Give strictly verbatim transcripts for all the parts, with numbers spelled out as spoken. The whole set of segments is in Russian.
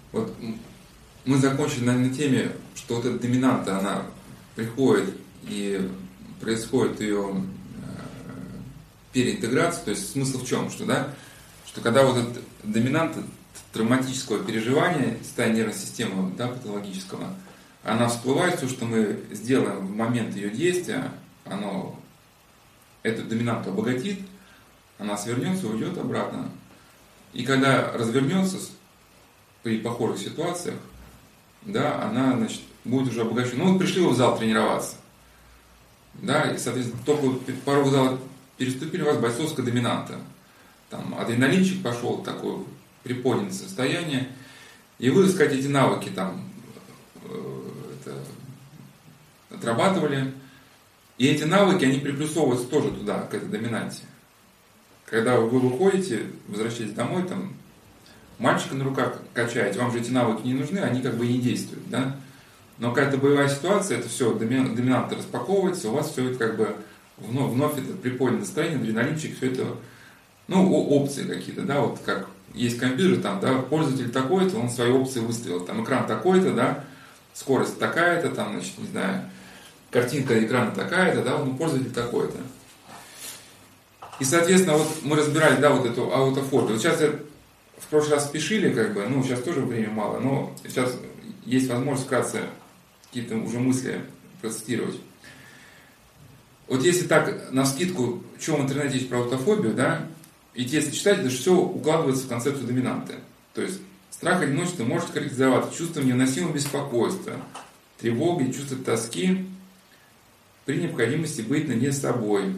Вот мы закончили на, на теме, что вот эта доминанта, она приходит и происходит ее э, переинтеграция, то есть смысл в чем, что, да, что когда вот эта доминанта травматического переживания, состояния нервной системы, да, патологического, она всплывает, все, что мы сделаем в момент ее действия, оно эту доминанту обогатит, она свернется и уйдет обратно. И когда развернется при похожих ситуациях, да, она, значит, будет уже обогащена. Ну вот пришли вы в зал тренироваться, да, и, соответственно, только порог зала переступили, у вас бойцовская доминанта. Там адреналинчик пошел, такое приподнятое состояние, и вы, так сказать, эти навыки там э, это, отрабатывали, и эти навыки, они приплюсовываются тоже туда, к этой доминанте. Когда вы выходите, возвращаетесь домой, там, мальчика на руках качаете, вам же эти навыки не нужны, они как бы не действуют, да? Но какая-то боевая ситуация, это все, доминанта распаковывается, у вас все это как бы вновь, вновь это приподнятое настроение, адреналинчик, все это, ну, опции какие-то, да, вот как есть компьютер, там, да, пользователь такой-то, он свои опции выставил, там, экран такой-то, да, скорость такая-то, там, значит, не знаю, картинка экрана такая-то, да, ну, пользователь такой-то. И, соответственно, вот мы разбирали, да, вот эту аутофобию. Вот сейчас я в прошлый раз спешили, как бы, ну, сейчас тоже времени мало, но сейчас есть возможность вкратце какие-то уже мысли процитировать. Вот если так, навскидку, что в интернете есть про аутофобию, да, и если читать, это все укладывается в концепцию доминанты. То есть страх и одиночество может характеризоваться чувством невыносимого беспокойства, тревоги, чувство тоски при необходимости быть наедине с собой.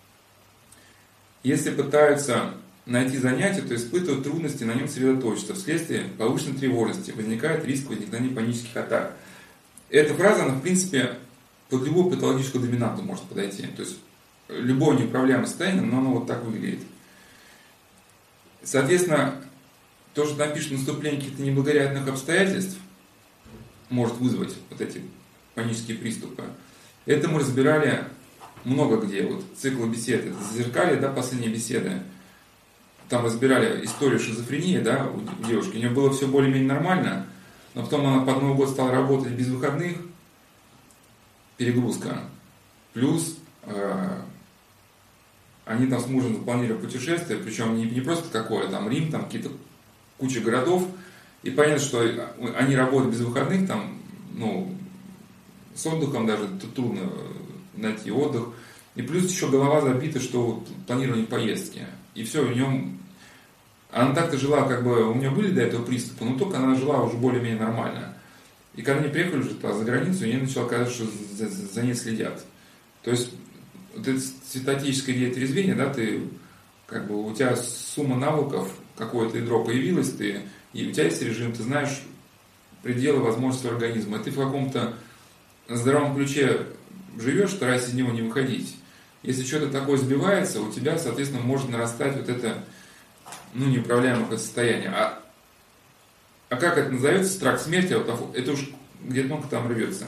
Если пытаются найти занятие, то испытывают трудности на нем сосредоточиться. Вследствие повышенной тревожности возникает риск возникновения панических атак. Эта фраза, она в принципе под любую патологическую доминанту может подойти. То есть любое неуправляемое состояние, но оно вот так выглядит. Соответственно, то, что там пишет наступление каких-то неблагоприятных обстоятельств, может вызвать вот эти панические приступы. Это мы разбирали много где. Вот цикл бесед, это зазеркалье, да, последние беседы. Там разбирали историю шизофрении, да, у девушки. У нее было все более-менее нормально, но потом она под Новый год стала работать без выходных, перегрузка. Плюс э, они там с мужем запланировали путешествие, причем не, не просто какое, там Рим, там какие-то куча городов. И понятно, что они работают без выходных, там, ну, с отдыхом даже трудно найти отдых. И плюс еще голова забита, что планирование поездки. И все, в нем... Она так-то жила, как бы, у нее были до этого приступы, но только она жила уже более-менее нормально. И когда они приехали уже за границу, ей начало казаться, что за, за ней следят. То есть, вот это цветотическое идея трезвения, да, ты, как бы, у тебя сумма навыков, какое-то ядро появилось, ты, и у тебя есть режим, ты знаешь пределы возможностей организма, и ты в каком-то здоровом ключе живешь, стараясь из него не выходить. Если что-то такое сбивается, у тебя, соответственно, может нарастать вот это, ну, неуправляемое состояние. А, а как это назовется, страх смерти, вот, это уж где-то много там рвется.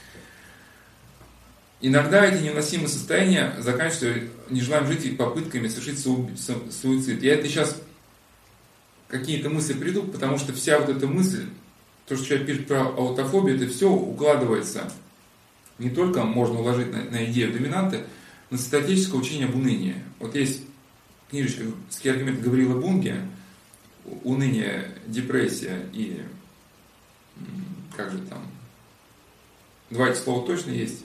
Иногда эти невыносимые состояния заканчиваются нежеланием жить и попытками совершить суицид. Я это сейчас какие-то мысли приду, потому что вся вот эта мысль, то, что человек пишет про аутофобию, это все укладывается, не только можно уложить на, на идею доминанты, но статическое учение об унынии. Вот есть книжечка Скиаргумент Гавриила Бунге «Уныние, депрессия» и как же там, два эти слова точно есть.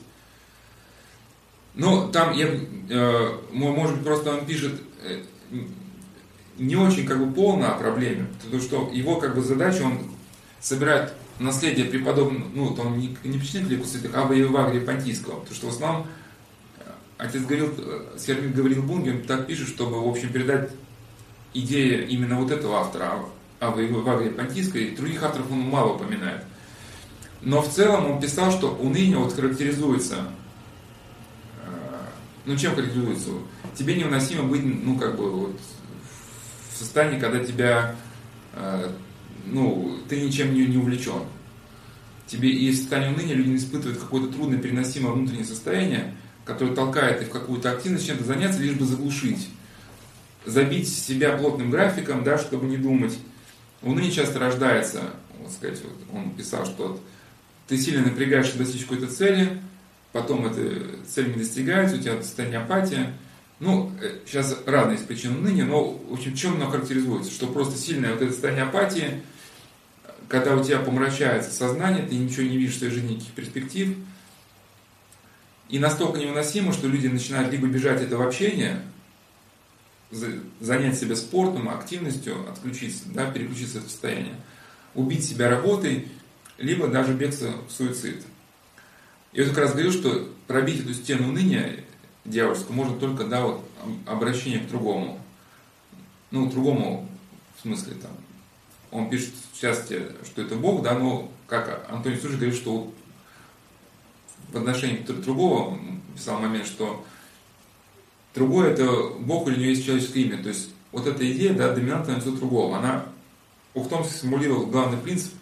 Но там, я, э, может быть, просто он пишет э, не очень как бы полно о проблеме, потому что его как бы задача, он собирает наследие преподобного, ну, вот он не, не почитает лику святых, а Евагрия Понтийского, потому что в основном отец говорил, Скиаргумент Гавриил Бунге, он так пишет, чтобы, в общем, передать идеи именно вот этого автора, Ава Евагрия Понтийского, и других авторов он мало упоминает. Но в целом он писал, что уныние вот характеризуется, ну, чем характеризуется? Тебе невыносимо быть, ну, как бы, вот, в состоянии, когда тебя, ну, ты ничем не, не увлечен. Тебе и в состоянии уныния люди испытывают какое-то трудное переносимое внутреннее состояние, которое толкает их в какую-то активность, чем-то заняться, лишь бы заглушить. Забить себя плотным графиком, да, чтобы не думать. Уныние часто рождается вот сказать, вот он писал, что вот, ты сильно напрягаешься достичь какой-то цели, потом эта цель не достигается, у тебя состояние апатия. Ну, сейчас разные есть причины уныния, но, в общем, чем оно характеризуется? Что просто сильное вот это состояние апатии, когда у тебя помрачается сознание, ты ничего не видишь в своей жизни, никаких перспектив, и настолько невыносимо, что люди начинают либо бежать от этого общения, занять себя спортом, активностью, отключиться, да, переключиться в это состояние, убить себя работой, либо даже бегство в суицид. Я вот как раз говорю, что пробить эту стену уныния дьявольскую можно только, да, вот, обращение к другому. Ну, к другому, в смысле, там, он пишет в части, что это Бог, да, но, как Антоний Сужий говорит, что в отношении к другого, он писал момент, что другое это Бог, или у него есть человеческое имя. То есть, вот эта идея, да, доминантное лицо другого, она Ухтомский симулировал главный принцип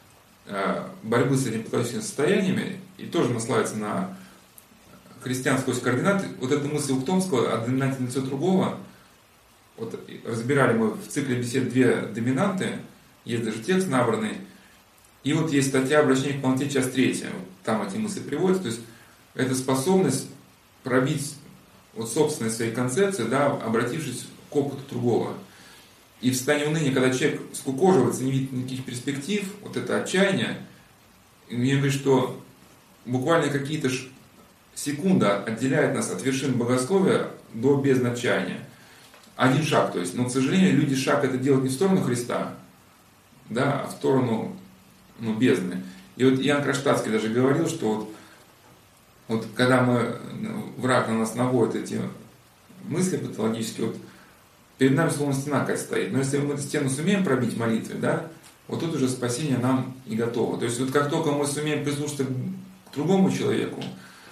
борьбы с этими патологическими состояниями, и тоже наслается на христианскую координаты. Вот эта мысль Ухтомского о доминантном лице другого, вот разбирали мы в цикле бесед две доминанты, есть даже текст набранный, и вот есть статья «Обращение к полноте», часть третья, вот там эти мысли приводятся, то есть это способность пробить вот собственные свои концепции, да, обратившись к опыту другого. И в состоянии уныния, когда человек скукоживается, не видит никаких перспектив, вот это отчаяние, мне говорит, что буквально какие-то секунды отделяют нас от вершин богословия до бездны отчаяния. Один шаг, то есть. Но, к сожалению, люди шаг это делают не в сторону Христа, да, а в сторону, ну, бездны. И вот Иоанн Кронштадтский даже говорил, что вот, вот когда мы, враг на нас наводит эти мысли патологические, вот перед нами словно стена какая-то стоит. Но если мы эту стену сумеем пробить в молитве, да, вот тут уже спасение нам и готово. То есть вот как только мы сумеем прислушаться к другому человеку,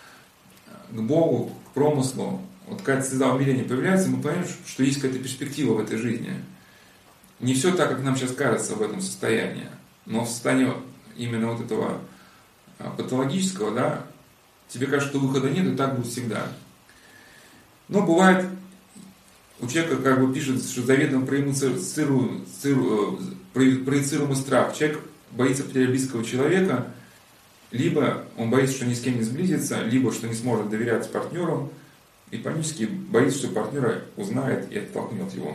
к Богу, к промыслу, вот какая-то слеза умиления появляется, мы понимаем, что есть какая-то перспектива в этой жизни. Не все так, как нам сейчас кажется в этом состоянии, но в состоянии именно вот этого патологического, да, тебе кажется, что выхода нет, и так будет всегда. Но бывает, у человека, как бы пишет, что заведомо проецируемый страх. Человек боится потери близкого человека, либо он боится, что ни с кем не сблизится, либо что не сможет доверять партнеру, и панически боится, что партнера узнает и оттолкнет его.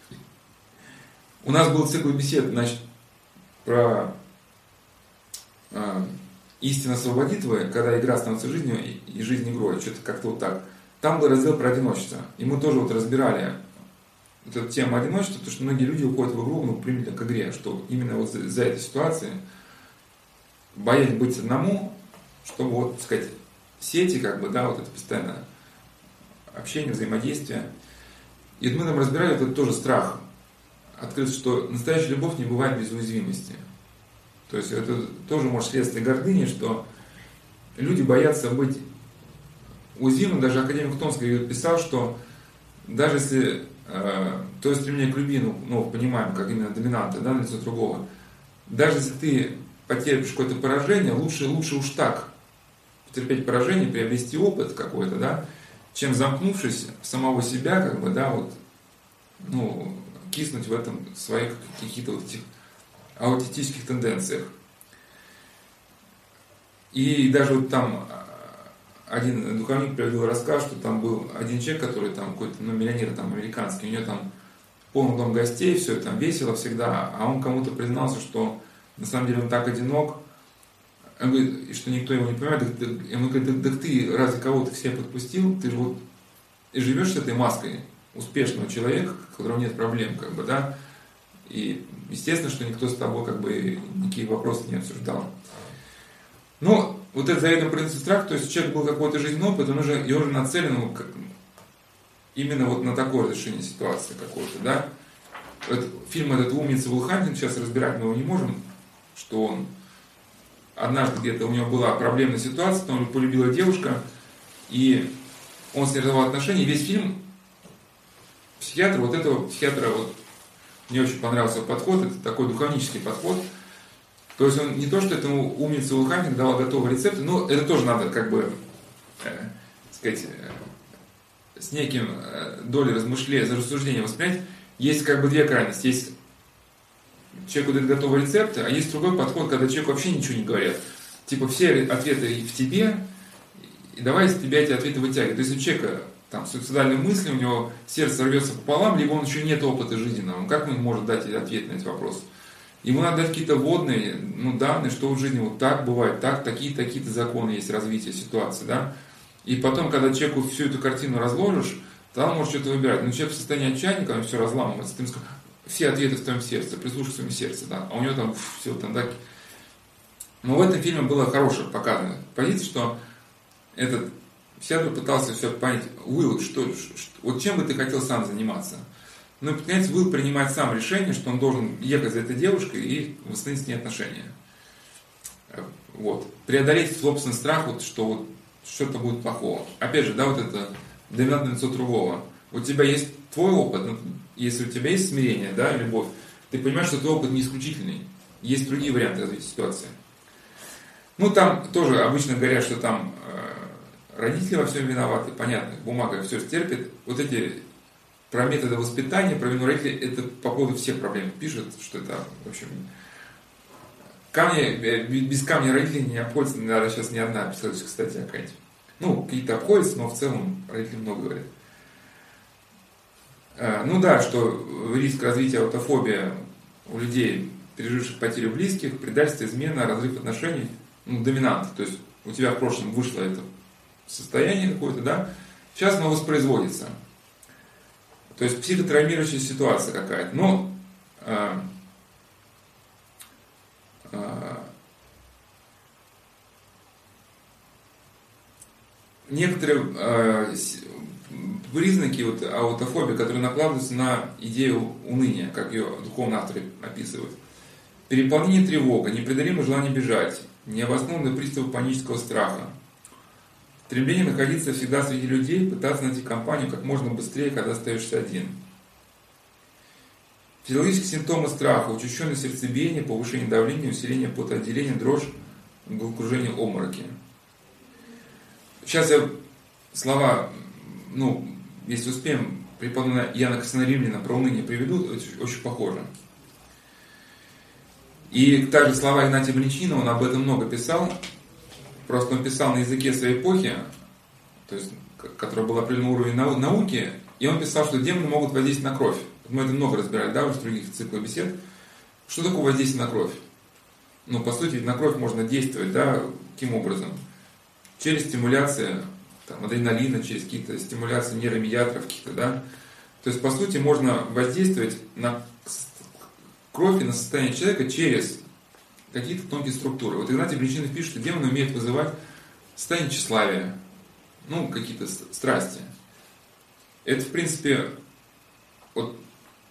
У нас был цикл бесед, значит, про э, истина освободит твоя, когда игра становится жизнью и жизнь игрой, что-то как-то вот так. Там был раздел про одиночество. И мы тоже вот разбирали вот эту тему одиночества, потому что многие люди уходят в игру, ну, примерно к игре, что именно вот за, за этой ситуации боясь быть одному, чтобы, вот, так сказать, сети, как бы, да, вот это постоянное общение, взаимодействие. И мы там разбирали, это тоже страх. Открыто, что настоящая любовь не бывает без уязвимости. То есть это тоже может следствие гордыни, что люди боятся быть уязвимым. Даже академик Ухтомский писал, что даже если э, то стремление к любви, ну, ну, понимаем, как именно доминанты, да, на лицо другого, даже если ты потерпишь какое-то поражение, лучше, лучше уж так потерпеть поражение, приобрести опыт какой-то, да, чем замкнувшись в самого себя, как бы, да, вот, ну, киснуть в этом своих каких-то вот этих аутистических тенденциях. И даже вот там один духовник приводил рассказ, что там был один человек, который там какой-то, ну, миллионер там американский, у него там полный дом гостей, все там весело всегда, а он кому-то признался, что на самом деле он так одинок, он говорит, что никто его не понимает, и он говорит, да, да ты разве кого-то к себе подпустил, ты же вот и живешь с этой маской успешного человека, у которого нет проблем, как бы, да, и естественно, что никто с тобой, как бы, никакие вопросы не обсуждал. Но вот этот заведомо принцип страха, то есть у человека был какой-то жизненный опыт, он уже, и он уже нацелен как, именно вот на такое решение ситуации какой-то, да. Этот, фильм этот «Умница Вулхантинг», сейчас разбирать мы его не можем, что он однажды где-то у него была проблемная ситуация, там полюбила девушка, и он с ней развивал отношения, и весь фильм психиатр, вот этого психиатра, вот, мне очень понравился подход, это такой духовнический подход. То есть он не то, что этому умнице Вулхантинг дал готовые рецепты, но это тоже надо, как бы, э, сказать, э, с неким э, долей размышления, рассуждения воспринять. Есть как бы две крайности. Есть человеку дают готовые рецепты, а есть другой подход, когда человеку вообще ничего не говорят. Типа все ответы в тебе, и давай из тебя эти ответы вытягивать. То есть у человека там суицидальные мысли, у него сердце рвется пополам, либо он еще нет опыта жизненного. Как он может дать ответ на эти вопросы? Ему надо дать какие-то вводные, ну, данные, что в жизни вот так бывает, так, такие, такие-то законы есть развития ситуации, да. И потом, когда человеку всю эту картину разложишь, то он может что-то выбирать. Но человек в состоянии отчаяния, когда все разламывается, ты ему скажешь, все ответы в твоем сердце, прислушайся к своему сердцу, да. А у него там фу, все там так. Но в этом фильме было хорошее показано. Позиция, что этот психиатр пытался все понять, Уилл, что, что, вот чем бы ты хотел сам заниматься? Ну, понимаете, Уилл принимает сам решение, что он должен ехать за этой девушкой и восстановить с ней отношения. Вот. Преодолеть собственный страх, вот, что вот что-то будет плохого. Опять же, да, вот это доминантное лицо другого. У тебя есть твой опыт, ну, если у тебя есть смирение, да, любовь, ты понимаешь, что твой опыт не исключительный. Есть другие варианты развития ситуации. Ну, там тоже обычно говорят, что там э, родители во всем виноваты, понятно, бумага все стерпит. Вот эти про методы воспитания, про вину родителей, это по поводу всех проблем пишут, что это, в общем, камни, без камня родителей не обходится, наверное, сейчас ни одна писательская статья какая-нибудь. Ну, какие-то обходятся, но в целом родители много говорят. Ну да, что риск развития аутофобии у людей, переживших потерю близких, предательство, измена, разрыв отношений, ну, доминант. То есть у тебя в прошлом вышло это состояние какое-то, да, сейчас оно воспроизводится. То есть психотравмирующая ситуация какая-то. Но э, э, некоторые э, признаки вот, аутофобии, которые накладываются на идею уныния, как ее духовные авторы описывают. Переполнение тревога, непреодолимое желание бежать, необоснованные приступы панического страха, стремление находиться всегда среди людей, пытаться найти компанию как можно быстрее, когда остаешься один. Физиологические симптомы страха, учащенное сердцебиение, повышение давления, усиление потоотделения, дрожь, головокружение, обмороки. Сейчас я слова, ну, если успеем, преподобного Иоанна Кассиана Римляна про уныние приведу, очень, очень похоже. И также слова Игнатия Бринчанина, он об этом много писал. Просто он писал на языке своей эпохи, то есть, который был определенный уровень науки, и он писал, что демоны могут воздействовать на кровь. Мы это много разбирали, да, уже в других циклах бесед. Что такое воздействие на кровь? Ну, по сути, на кровь можно действовать, да, каким образом? Через стимуляцию там, адреналина, через какие-то стимуляции нейромедиаторов каких-то, да. То есть, по сути, можно воздействовать на кровь и на состояние человека через какие-то тонкие структуры. Вот Игнатий Бринчанин пишет, что демоны умеют вызывать состояние тщеславия, ну, какие-то страсти. Это, в принципе, вот,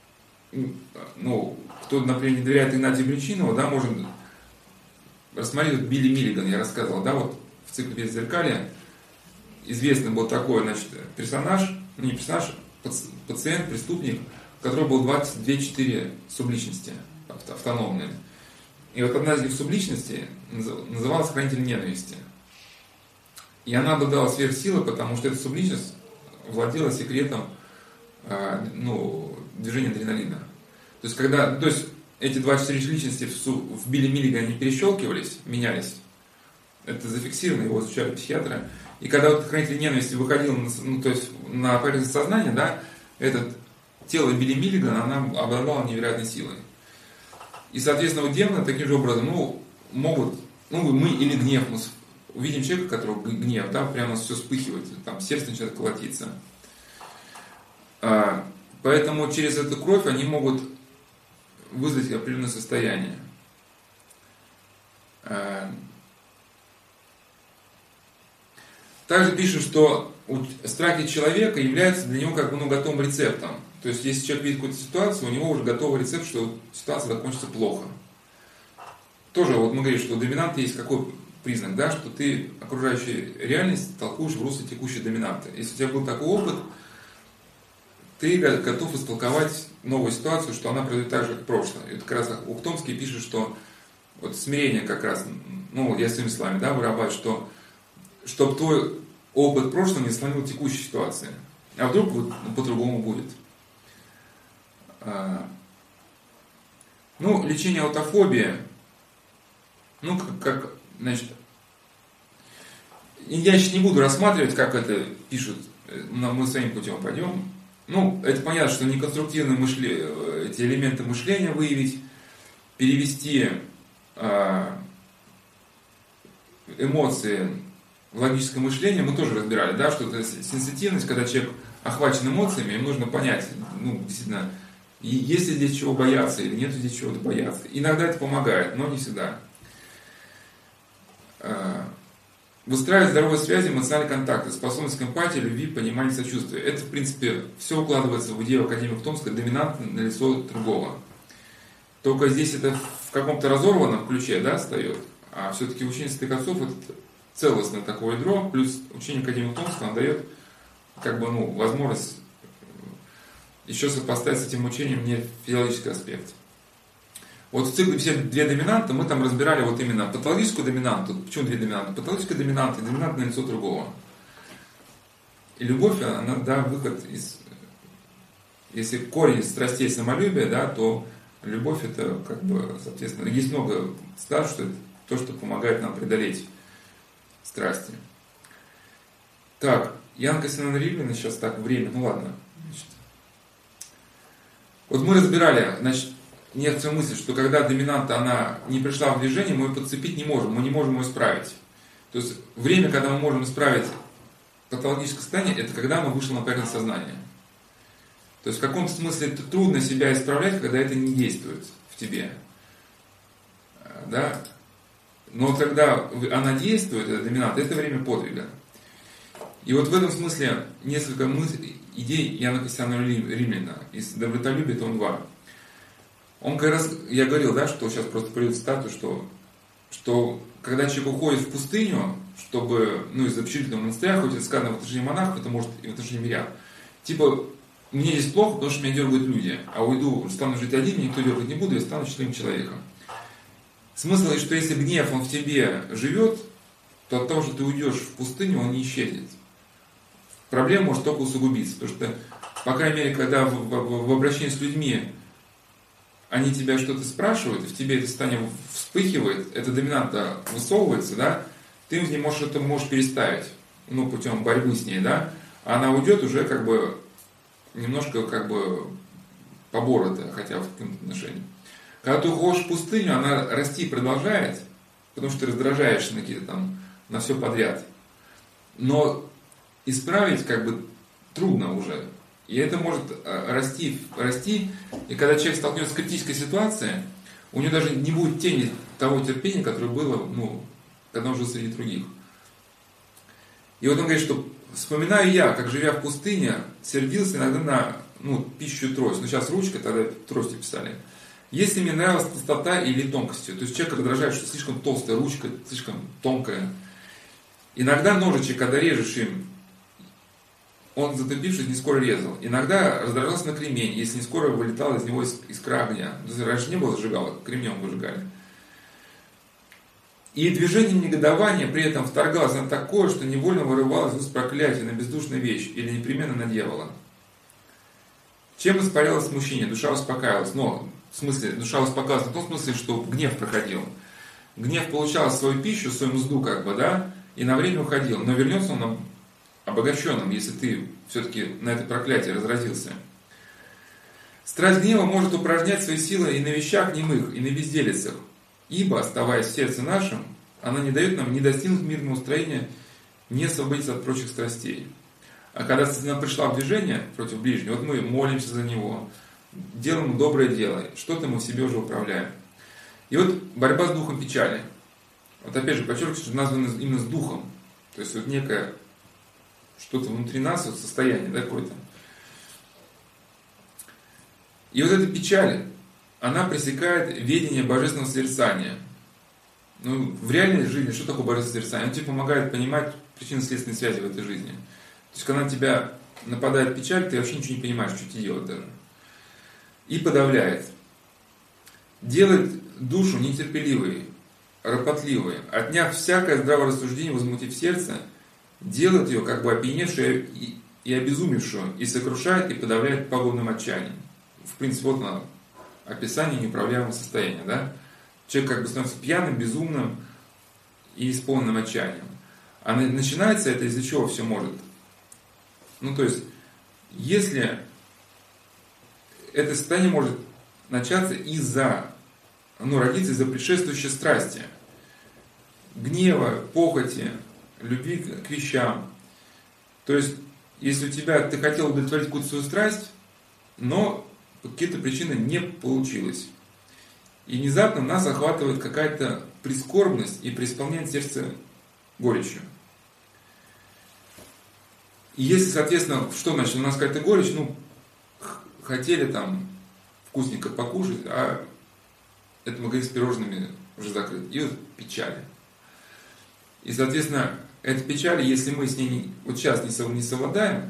ну, кто, например, не доверяет Игнатию Бринчанову, да, может рассмотреть вот Билли Миллиган, я рассказывал, да, вот в цикле «Беззеркалье» известный был такой, значит, персонаж, ну, не персонаж, пациент, преступник, у которого было двадцать две четыре субличности автономные. И вот одна из них субличностей называлась хранитель ненависти. И она обладала сверхсилой, потому что эта субличность владела секретом ну, движения адреналина. То есть, когда, то есть эти двадцать четыре личности в, в Билли Миллигане перещелкивались, менялись, это зафиксировано, его изучали психиатры. И когда вот хранитель ненависти выходил на, ну, то есть на поверхность сознания, да, этот тело Билли Миллигана, она обладала невероятной силой. И, соответственно, вот демоны таким же образом, ну, могут, ну, мы или гнев, мы увидим человека, у которого гнев, да, прямо все вспыхивает, там сердце начинает колотиться. А, поэтому через эту кровь они могут вызвать определенное состояние. А, также пишут, что страхи человека являются для него как бы ну, готовым рецептом. То есть, если человек видит какую-то ситуацию, у него уже готовый рецепт, что ситуация закончится плохо. Тоже вот мы говорим, что у доминанта есть какой признак, да, что ты окружающую реальность толкуешь в русле текущей доминанты. Если у тебя был такой опыт, ты готов истолковать новую ситуацию, что она произойдет так же, как прошлое. И вот как раз Ухтомский пишет, что вот смирение как раз, ну, я своими словами, да, вырабатываю, что чтобы твой опыт прошлого не сломил текущей ситуации. А вдруг вот по-другому будет. Ну, лечение аутофобии, ну, как, как значит, я сейчас не буду рассматривать, как это пишут, мы своим путем пойдем. Ну, это понятно, что неконструктивные мышле... эти элементы мышления выявить, перевести эмоции в логическое мышление, мы тоже разбирали, да, что это сенситивность, когда человек охвачен эмоциями, им нужно понять, ну, действительно, есть ли здесь чего бояться или нет здесь чего-то бояться. Иногда это помогает, но не всегда. Выстраивать здоровые связи, эмоциональные контакты, способность к эмпатии, любви, пониманию, сочувствия. Это, в принципе, все укладывается в идею академика Томска доминантное на лицо другого. Только здесь это в каком-то разорванном ключе, да, встает. А все-таки учение святых отцов это целостное такое ядро, плюс учение академика Томска, оно дает как бы, ну, возможность еще сопоставить с этим учением не физиологический аспект. Вот в цикле все две доминанты мы там разбирали вот именно патологическую доминанту. Почему две доминанты? Патологическая доминанта и доминантное лицо другого. И любовь, она, да, выход из... Если корень страстей самолюбия, да, то любовь это как бы, соответственно, есть много скажут, что это то, что помогает нам преодолеть страсти. Так, Янка Синана Ривлина, сейчас так, время, ну ладно. Значит. Вот мы разбирали, значит, некоторую мысль, что когда доминанта, она не пришла в движение, мы ее подцепить не можем, мы не можем ее исправить. То есть время, когда мы можем исправить патологическое состояние, это когда оно вышло на поверхность сознания. То есть в каком-то смысле это трудно себя исправлять, когда это не действует в тебе. Да? Но когда она действует, эта доминанта, это время подвига. И вот в этом смысле несколько мыслей, идей Яна Кассиана Римляна из «Добротолюбия», том два. Он как раз, я говорил, да, что сейчас просто приведу цитату, что, что когда человек уходит в пустыню, чтобы, ну, из общежития монастыря, хоть это сказано в отношении монахов, это может и в отношении мирян, типа, мне здесь плохо, потому что меня дергают люди, а уйду, стану жить один, никто дергать не буду, я стану счастливым человеком. Смысл, что если гнев, он в тебе живет, то от того, что ты уйдешь в пустыню, он не исчезнет. Проблема может только усугубиться, потому что, по крайней мере, когда в, в, в обращении с людьми они тебя что-то спрашивают, и в тебе это состояние вспыхивает, эта доминанта высовывается, да, ты не можешь это можешь переставить, ну, путем борьбы с ней, да, а она уйдет уже как бы немножко как бы поборота, хотя в каком-то отношении. Когда ты уходишь в пустыню, она расти продолжает, потому что ты раздражаешься на какие-то там, на все подряд. Но исправить как бы трудно уже. И это может расти, расти, и когда человек столкнется с критической ситуацией, у него даже не будет тени того терпения, которое было, ну, когда он жил среди других. И вот он говорит, что вспоминаю я, как, живя в пустыне, сердился иногда на, ну, пищу трость. Ну, сейчас ручка, тогда трости писали. Если мне нравилась толстота или тонкостью, то есть человек раздражает, что слишком толстая ручка, слишком тонкая. Иногда ножичек, когда режешь им, он, затупившись, не скоро резал. Иногда раздражался на кремень, если не скоро вылетала из него искра огня. Раньше не было зажигалок, кремнем выжигали. И движение негодования при этом вторгалось на такое, что невольно вырывалось из уст проклятие на бездушную вещь или непременно на дьявола. Чем испарялось смущение? Душа успокаивалась. Но, в смысле, душа успокаивалась в том смысле, что гнев проходил. Гнев получал свою пищу, свою мзду, как бы, да, и на время уходил. Но вернется он обогащенным, если ты все-таки на это проклятие разразился. Страсть гнева может упражнять свои силы и на вещах немых, и на безделицах. Ибо, оставаясь в сердце нашем, она не дает нам ни достигнуть мирного устроения, ни освободиться от прочих страстей. А когда она пришла в движение против ближнего, вот мы молимся за него, делаем доброе дело, что-то мы в себе уже управляем. И вот борьба с духом печали. Вот опять же подчеркиваю, что названо именно с духом. То есть вот некое что-то внутри нас, вот состояние, да, какое-то. И вот эта печаль, она пресекает ведение божественного созерцания. Ну, в реальной жизни что такое божественное созерцание? Он тебе помогает понимать причинно-следственные связи в этой жизни. То есть, когда на тебя нападает печаль, ты вообще ничего не понимаешь, что тебе делать даже. И подавляет. Делает душу нетерпеливой, ропотливой, отняв всякое здравое рассуждение, возмутив сердце, делает ее как бы опьяневшую и обезумевшую, и сокрушает, и подавляет пагубным отчаянием. В принципе, вот она, описание неуправляемого состояния, да? Человек как бы становится пьяным, безумным и исполненным отчаянием. А начинается это из-за чего все может? Ну, то есть, если это состояние может начаться из-за, ну, родиться из-за предшествующей страсти, гнева, похоти, любви к вещам. То есть, если у тебя, ты хотел удовлетворить какую-то свою страсть, но по какие-то причины не получилось. И внезапно нас охватывает какая-то прискорбность и преисполняет сердце горечью. И если, соответственно, что значит, у нас какая-то горечь, ну, хотели там вкусненько покушать, а этот магазин с пирожными уже закрыт. И вот печаль. И, соответственно, эта печаль, если мы с ней вот сейчас не совладаем,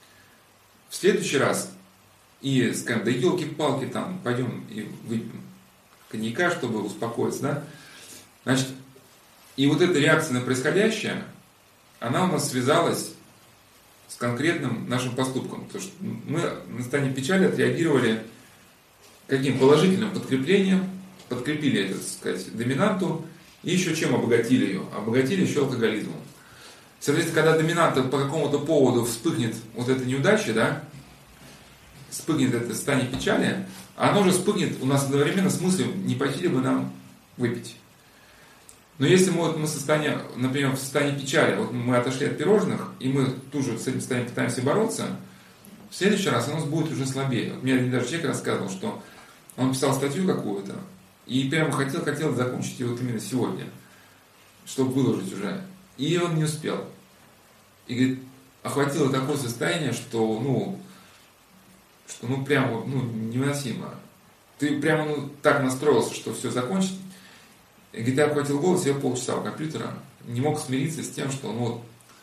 в следующий раз и скажем, да елки-палки, там, пойдем и выпьем коньяка, чтобы успокоиться, да? Значит, и вот эта реакция на происходящее, она у нас связалась с конкретным нашим поступком. Потому что мы на состояние печали отреагировали каким положительным подкреплением, подкрепили это, так сказать, доминанту, и еще чем обогатили ее? Обогатили еще алкоголизмом. Соответственно, когда доминанта по какому-то поводу вспыхнет вот эта неудача, да, вспыхнет это состояние печали, оно же вспыхнет у нас одновременно с мыслью, не пойти ли бы нам выпить. Но если мы, вот, мы состояние, например, в состоянии печали, вот мы отошли от пирожных, и мы тут же с этим состоянием пытаемся бороться, в следующий раз оно будет уже слабее. Вот мне даже человек рассказывал, что он писал статью какую-то, и прямо хотел, хотел закончить ее вот именно сегодня, чтобы выложить уже. И он не успел. И говорит, охватило такое состояние, что, ну, что, ну, прямо, ну, невыносимо. Ты прямо, ну, так настроился, что все закончить. И говорит, я обхватил голову, сидел полчаса у компьютера, не мог смириться с тем, что, ну, вот,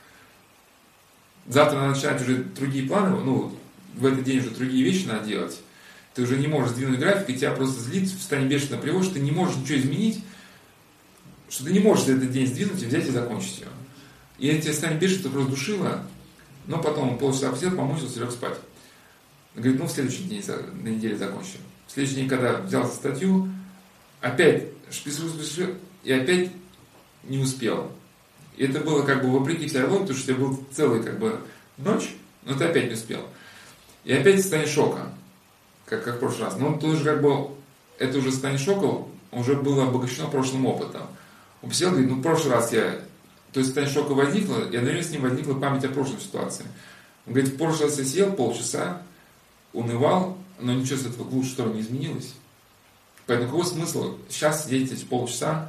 завтра надо начинать уже другие планы, ну, в этот день уже другие вещи надо делать. Ты уже не можешь сдвинуть график, и тебя просто злит, в состоянии бешеного привода, что ты не можешь ничего изменить, что ты не можешь этот день сдвинуть и взять и закончить ее. И это тебя состояние бешенства просто душило, но потом он полчаса посидел, помучился, лег спать. Говорит, ну, в следующий день, на неделе закончим. В следующий день, когда взял статью, опять шпису, шпису, и опять не успел. И это было как бы вопреки всей логике, потому что у тебя был целый как бы ночь, но ты опять не успел. И опять состояние шока, как, как в прошлый раз. Но тоже как бы, это уже состояние шока уже было обогащено прошлым опытом. Он посидел, говорит, ну в прошлый раз я, то есть состояние шока возникло, и одновременно с ним возникла память о прошлой ситуации. Он говорит, в прошлый раз я сидел полчаса, унывал, но ничего с этого в лучшую сторону не изменилось. Поэтому какой смысл сейчас сидеть эти полчаса,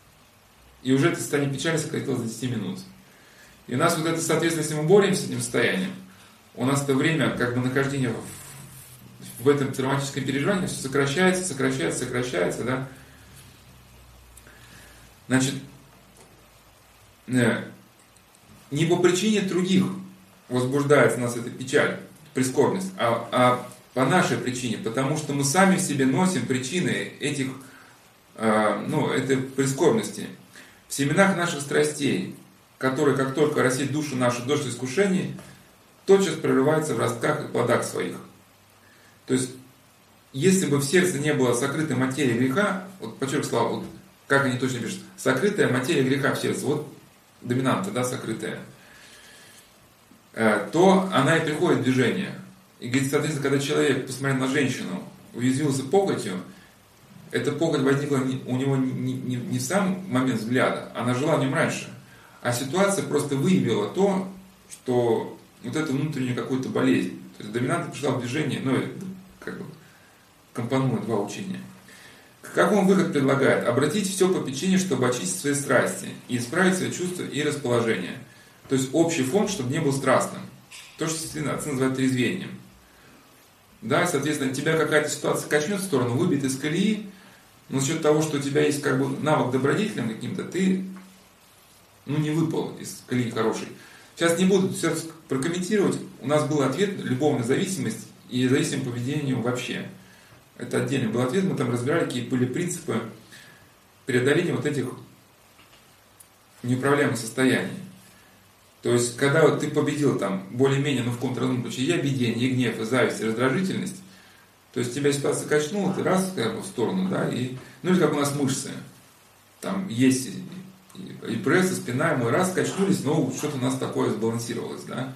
и уже это состояние печали сократилось до десяти минут. И у нас вот это, соответственно, если мы боремся с этим состоянием, у нас это время как бы нахождения в, в этом травматическом переживании все сокращается, сокращается, сокращается, да. Значит, не по причине других возбуждается у нас эта печаль, прискорбность, а, а по нашей причине, потому что мы сами в себе носим причины этих, э, ну, этой прискорбности. В семенах наших страстей, которые, как только растет душу нашу дождь искушений, тотчас прорывается в ростках и плодах своих. То есть, если бы в сердце не было сокрытой материи греха, вот подчеркну слова, вот, как они точно пишут, сокрытая материя греха в сердце, вот доминанта, да, сокрытая, э, то она и приходит в движение. И говорит, соответственно, когда человек, посмотрел на женщину, уязвился похотью, эта похоть возникла не, у него не, не, не в сам момент взгляда, она жила в нем раньше. А ситуация просто выявила то, что вот эту внутреннюю какую-то болезнь. То есть доминанта пришла в движение, ну, как бы компонует два учения. Как он выход предлагает? Обратить все попечение, чтобы очистить свои страсти и исправить свои чувства и расположение. То есть общий фон, чтобы не был страстным. То, что отцы называют трезвением. Да, соответственно, тебя какая-то ситуация качнет в сторону, выбит из колеи, но за счет того, что у тебя есть как бы навык добродетельным каким-то, ты, ну, не выпал из колеи хорошей. Сейчас не буду все прокомментировать. У нас был ответ любовная зависимость и зависимое поведение вообще. Это отдельный был ответ. Мы там разбирали, какие были принципы преодоления вот этих неуправляемых состояний. То есть, когда вот ты победил там более-менее, ну, в каком-то разумном случае, и обидение, и гнев, и зависть, и раздражительность, То есть тебя ситуация качнула, ты раз как бы в сторону, да, и, ну или как у нас мышцы. Там есть и, и, и пресс, и спина, и мы раз качнулись, но что-то у нас такое сбалансировалось, да.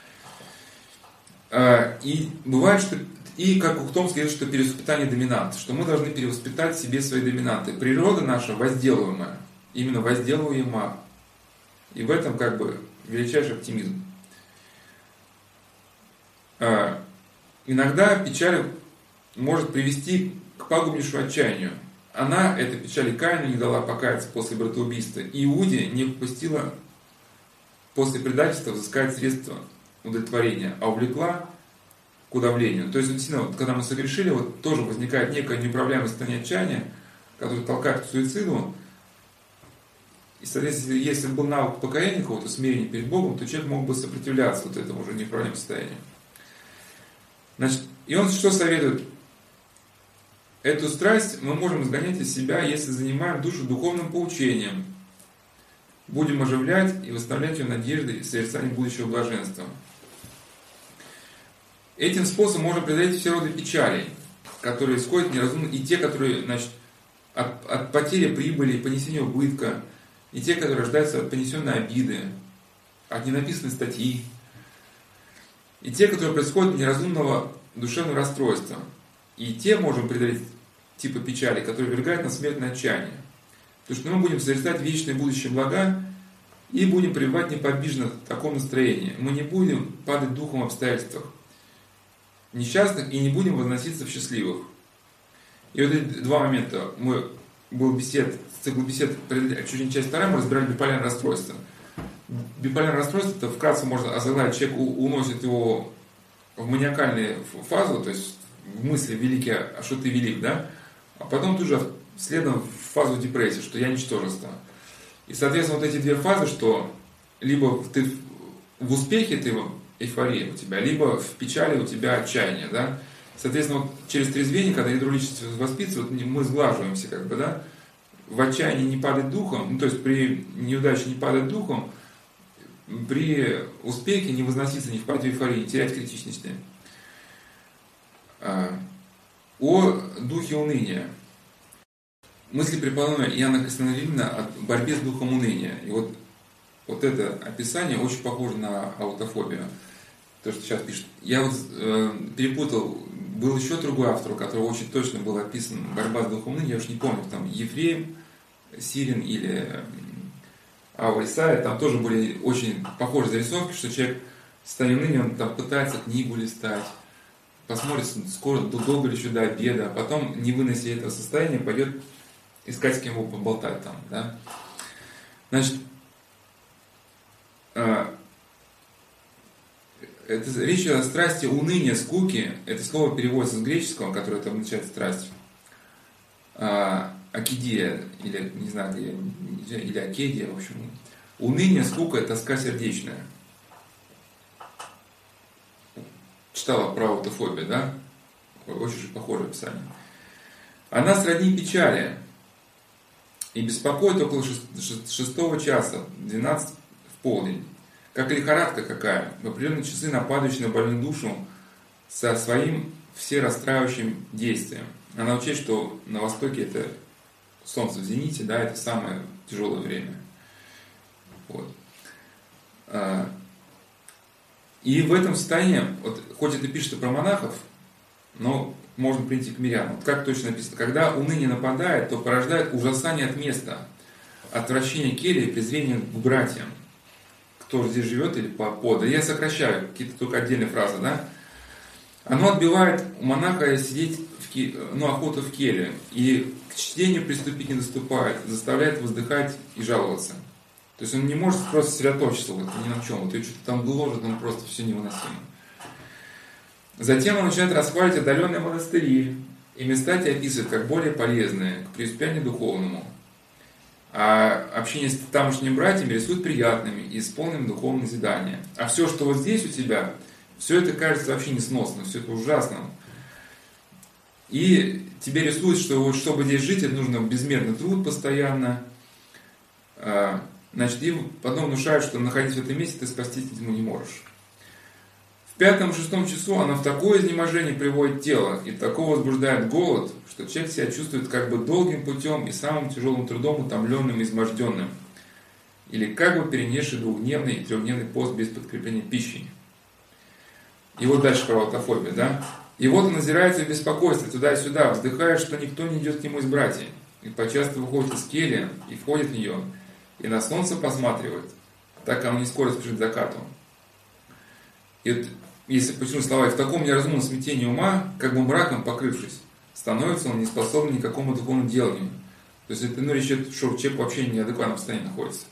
А, и бывает, что, и как у Ухтомский говорит, что перевоспитание доминант, что мы должны перевоспитать в себе свои доминанты. Природа наша возделываемая, именно возделываема, и в этом как бы величайший оптимизм. А, иногда печаль может привести к пагубнейшему отчаянию. Она, эта печаль, Каину не дала покаяться после братоубийства. И Иуде не попустила после предательства взыскать средства удовлетворения, а увлекла к удавлению. То есть, действительно, вот, когда мы согрешили, вот тоже возникает некое неуправляемое состояние отчаяния, которое толкает к суициду. И, соответственно, если был навык покаяния, какого-то смирения перед Богом, то человек мог бы сопротивляться вот этому уже неуправляемому состоянию. Значит, и он что советует? Эту страсть мы можем изгонять из себя, если занимаем душу духовным поучением. Будем оживлять и восстановлять ее надеждой и созерцанием будущего блаженства. Этим способом можно преодолеть все роды печалей, которые исходят неразумно, и те, которые, значит, от, от потери прибыли, понесения убытка, и те, которые рождаются от понесенной обиды, от ненаписанной статьи, и те, которые происходят от неразумного душевного расстройства. И те можем преодолеть типы печали, которые ввергают на смертное отчаяние. Потому что мы будем созерцать вечные будущие блага и будем пребывать неподвижно в таком настроении. Мы не будем падать духом в обстоятельствах несчастных и не будем возноситься в счастливых. И вот эти два момента. Мы был бесед, цикл бесед, чуть не часть вторая, мы разбирали биполярное расстройство. Биполярное расстройство, это вкратце можно озаглавить, человек уносит его в маниакальную фазу, то есть в мысли великие, а что ты велик, да? А потом тут же следом в фазу депрессии, что я ничтожество. И, соответственно, вот эти две фазы, что либо ты в успехе, ты эйфория у тебя, либо в печали у тебя отчаяние, да? Соответственно, вот через трезвение, когда ядро личности воспитывается, вот мы сглаживаемся, как бы, да? В отчаянии не падать духом, ну, то есть при неудаче не падать духом, при успехе не возноситься, не впасть в эйфорию, не терять критичности. О духе уныния. Мысли преподобного Иоанна Кристиана о борьбе с духом уныния. И вот, вот это описание очень похоже на аутофобию. То, что сейчас пишет. Я вот э, перепутал, был еще другой автор, у которого очень точно был описан борьба с духом уныния, я уж не помню, там Ефрем, Сирин или Ава Исаия, там тоже были очень похожие зарисовки, что человек в состоянии уныния, он там пытается книгу листать, посмотрит, скоро, долго ли еще до обеда, а потом, не вынеся этого состояния, пойдет искать с кем его поболтать там, да. Значит, это, речь идет о страсти уныния, скуки. Это слово переводится с греческого, которое там означает страсть. Акидия, или, не знаю, или акедия, в общем. Уныние, скука, тоска сердечная. Читала про аутофобию, да? Очень похожее описание. Она сродни печали и беспокоит около шестого часа, двенадцать в полдень. Как лихорадка какая, в определенные часы нападающая на больную душу со своим всерастраивающим действием. Надо учесть, что на Востоке это солнце в зените, да, это самое тяжелое время. Вот. И в этом состоянии, вот, хоть это пишется про монахов, но можно прийти к мирянам. Вот как точно написано, когда уныние нападает, то порождает ужасание от места, отвращение к келье и презрение к братьям. Кто здесь живет или по пода. Я сокращаю какие-то только отдельные фразы, да. Оно отбивает у монаха сидеть, в ке... ну, охоту в келье, и к чтению приступить не доступает, заставляет воздыхать и жаловаться. То есть он не может просто сосредоточиться вот, ни на чем. Вот и что-то там гложет, он просто все невыносимо. Затем он начинает расхваливать отдаленные монастыри, и места эти описывает как более полезные к преуспеянию духовному. А общение с тамошними братьями рисует приятными и исполненным духовным назиданием. А все, что вот здесь у тебя, все это кажется вообще несносным, все это ужасно. И тебе рисует, что вот чтобы здесь жить, это нужно безмерный труд постоянно. Значит, и потом внушают, что находясь в этом месте, ты спастись ему не можешь. В пятом-шестом часу она в такое изнеможение приводит тело и такого возбуждает голод, что человек себя чувствует как бы долгим путем и самым тяжелым трудом утомленным и изможденным, или как бы перенесший двухдневный и трехдневный пост без подкрепления пищей. И вот дальше про аутофобию, да? И вот он озирается в беспокойстве туда и сюда, вздыхает, что никто не идет к нему из братьев, и почасто выходит из кельи и входит в нее, и на солнце посматривает, так как он не скоро спешит к закату. И вот, если подчеркнуть слова, и в таком неразумном смятении ума, как бы мраком покрывшись, становится он не способен ни к какому духовному деланию. То есть это, ну, речь идет, что человек вообще в неадекватном состоянии находится.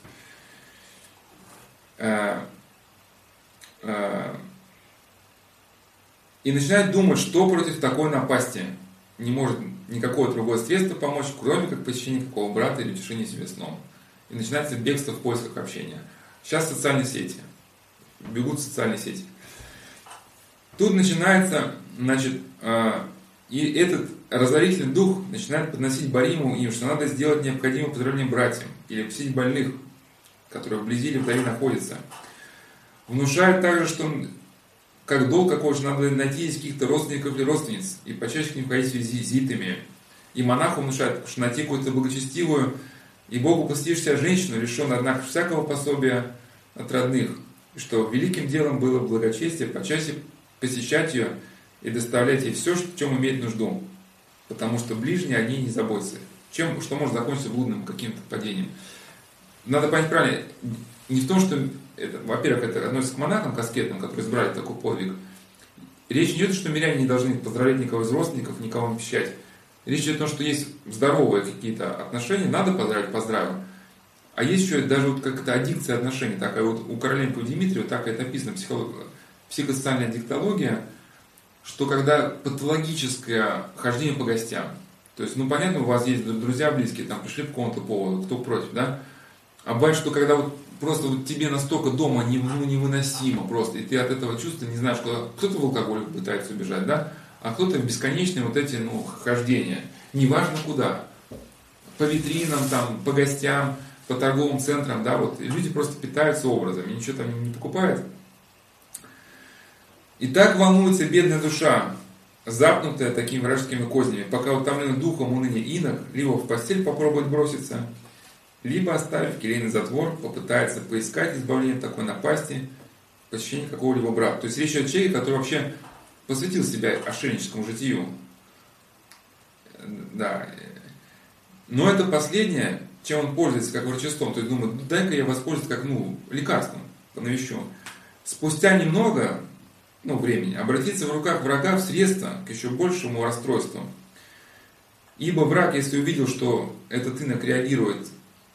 И начинает думать, что против такой напасти не может никакое другое средство помочь, кроме как посещение какого брата или утешение себе сном. И начинается бегство в поисках общения. Сейчас социальные сети. Бегут в социальные сети. Тут начинается, значит, и этот разорительный дух начинает подносить Бориму им, что надо сделать необходимое поздравление братьям или посетить больных, которые вблизи или вдали находятся. Внушает также, что как долг какой-то надо найти из каких-то родственников или родственниц и почаще к ним ходить с визитами. И монаху внушает, что найти какую-то благочестивую и Богу посвятившуюся женщину, лишенную, однако, всякого пособия от родных, и что великим делом было благочестие почаще посещать ее и доставлять ей все, в чем имеет нужду, потому что ближние о ней не заботятся, чем, что может закончиться блудным каким-то падением. Надо понять правильно, не в том, что, это, во-первых, это относится к монахам, к аскетам, которые избрали такой подвиг. Речь не идет, что миряне не должны поздравлять никого из родственников, никого не посещать. Речь идет о том, что есть здоровые какие-то отношения, надо поздравить, поздравил. А есть еще даже вот как-то аддикция отношений, такая вот у Короленко Дмитрия, так это описано, психолог, психосоциальная диктология, что когда патологическое хождение по гостям, то есть, ну понятно, у вас есть друзья близкие, там пришли по какому-то поводу, кто против, да? А бывает, что когда вот просто вот тебе настолько дома не, ну, невыносимо просто, и ты от этого чувства не знаешь, куда, кто-то в алкоголь пытается убежать, да? А кто-то в бесконечные вот эти, ну, хождения, неважно куда, по витринам, там, по гостям, по торговым центрам, да, вот, и люди просто питаются образами, ничего там не покупают. И так волнуется бедная душа, запнутая такими вражескими кознями, пока утомленный духом уныния инок либо в постель попробует броситься, либо, оставив келейный затвор, попытается поискать избавление от такой напасти, посещение какого-либо брата. То есть речь идет о человеке, который вообще посвятил себя отшельническому житию. Да. Но это последнее, чем он пользуется как врачеством. То есть думает, ну дай-ка я воспользуюсь как, ну, лекарством, навещу. Спустя немного, ну, времени, обратиться в руках врага в средство к еще большему расстройству. Ибо враг, если увидел, что этот инок реагирует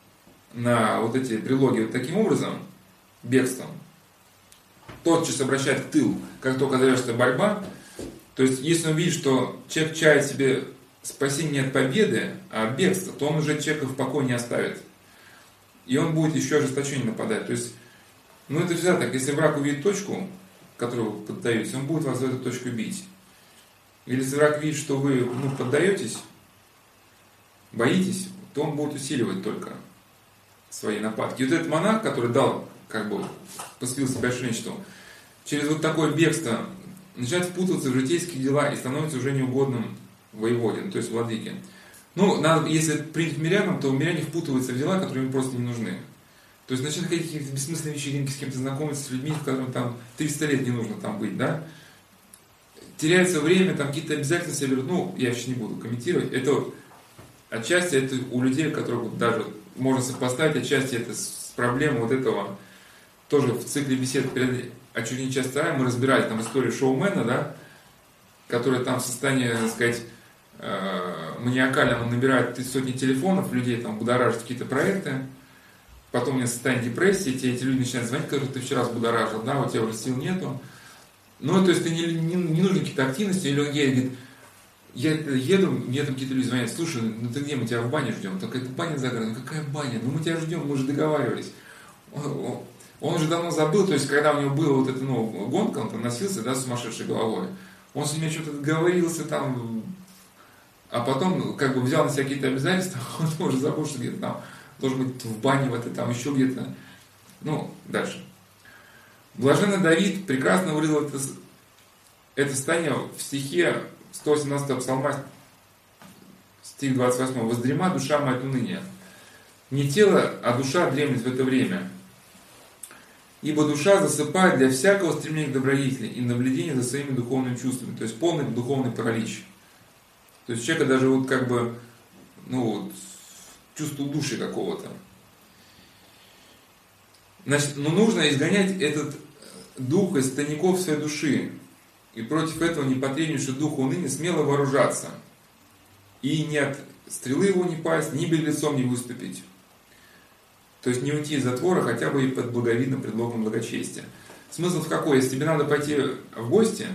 на вот эти прилоги вот таким образом, бегством, тотчас обращает в тыл, как только завершится борьба. То есть, если он видит, что человек чает себе спасение не от победы, а от бегства, то он уже человека в покое не оставит. И он будет еще ожесточеннее нападать. То есть, ну это всегда так, если враг увидит точку, которую вы поддаетесь, он будет вас в эту точку бить. Или если враг видит, что вы, ну, поддаетесь, боитесь, то он будет усиливать только свои нападки. И вот этот монах, который дал, как бы, посвятил себя отшельничеству, через вот такое бегство начинает впутываться в житейские дела и становится уже неугодным воеводе, то есть владыке. Ну, надо, если принять мирянам, то миряне впутываются в дела, которые им просто не нужны. То есть начинают ходить какие-то бессмысленные вечеринки, с кем-то знакомиться, с людьми, в которых там триста лет не нужно там быть, да? Теряется время, там какие-то обязательства себе берут. Ну, я сейчас не буду комментировать. Это вот, отчасти это у людей, которых вот даже можно сопоставить, отчасти это с проблемой вот этого, тоже в цикле бесед перед очередной часть вторая мы разбирали там историю шоумена, да, который там в состоянии, так сказать, маниакально он набирает сотни телефонов, людей там будоражит какие-то проекты, потом у меня состояние депрессии, те, эти люди начинают звонить, которые ты вчера взбудоражил, да, у тебя уже сил нету. Ну, то есть ты не, не, не нужны какие-то активности, или он говорит, я еду, мне там какие-то люди звонят, слушай, ну ты где, мы тебя в бане ждем, так это баня за городом, какая баня, ну мы тебя ждем, мы же договаривались. Он, он уже давно забыл, то есть когда у него была вот эта, ну, гонка, он там носился, да, с сумасшедшей головой, он с ними что-то договорился там, а потом как бы взял на себя какие-то обязательства, он уже забыл, что где-то там должен быть в бане, в этой, там еще где-то, ну, дальше. Блаженный Давид прекрасно выразил это, это состояние в стихе сто восемнадцатого псалма, стих двадцать восьмой. «Воздрема душа моя от уныния. Не тело, а душа дремлет в это время. Ибо душа засыпает для всякого стремления к добродетели и наблюдения за своими духовными чувствами». То есть полный духовный паралич. То есть у человека даже вот как бы, ну вот, чувство души какого-то. Значит, ну нужно изгонять этот дух из тайников своей души. И против этого непотребнейшего духа уныния смело вооружаться. И ни от стрелы его не пасть, ни перед лицом не выступить. То есть не уйти из затвора, хотя бы и под благовидным предлогом благочестия. Смысл в какой? Если тебе надо пойти в гости,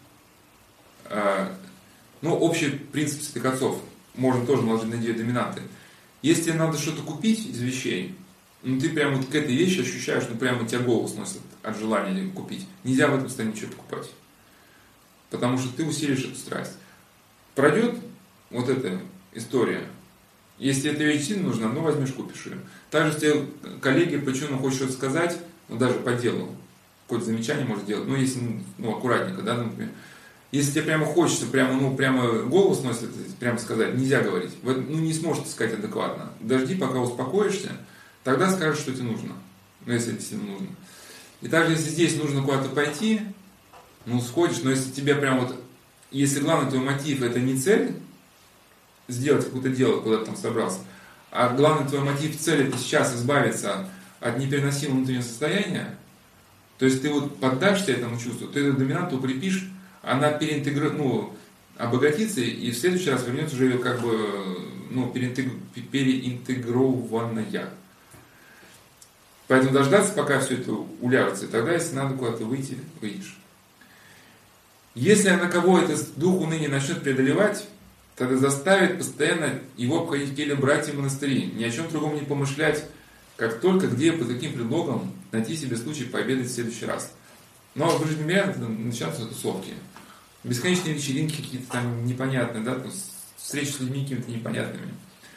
ну, общий принцип святых отцов, можно тоже наложить на две доминанты. Если тебе надо что-то купить из вещей, ну ты прямо вот к этой вещи ощущаешь, ну прямо тебя голову сносит от желания купить. Нельзя в этом состоянии что-то покупать. Потому что ты усилишь эту страсть. Пройдет вот эта история. Если эта вещь сильно нужна, ну возьмешь, купишь ее. Также если коллеги почему-то хочет что-то сказать, ну даже по делу, какое-то замечание может делать, ну если ну, аккуратненько, да, например. Если тебе прямо хочется, прямо, ну, прямо голову сносит, прямо сказать, нельзя говорить, ну не сможешь сказать адекватно. Дожди, пока успокоишься, тогда скажешь, что тебе нужно. Ну если действительно нужно. И также если здесь нужно куда-то пойти, ну сходишь, но если тебе прям вот, если главный твой мотив это не цель, сделать какое-то дело, куда ты там собрался, а главный твой мотив, цель это сейчас избавиться от непереносимого внутреннего состояния, то есть ты вот поддашься этому чувству, ты эту доминанту укрепишь, она переинтегрирует, ну, обогатится и в следующий раз вернется уже как бы, ну, переинтегрованная. Поэтому дождаться, пока все это уляжется, и тогда, если надо куда-то выйти, выйдешь. Если на кого этот дух уныния начнет преодолевать, тогда заставит постоянно его обходить келью братьев в монастыри, ни о чем другом не помышлять, как только где, под каким предлогом найти себе случай пообедать в следующий раз. Но в жизни мирян начинаются тусовки. Бесконечные вечеринки какие-то там непонятные, да, встречи с людьми какими-то непонятными.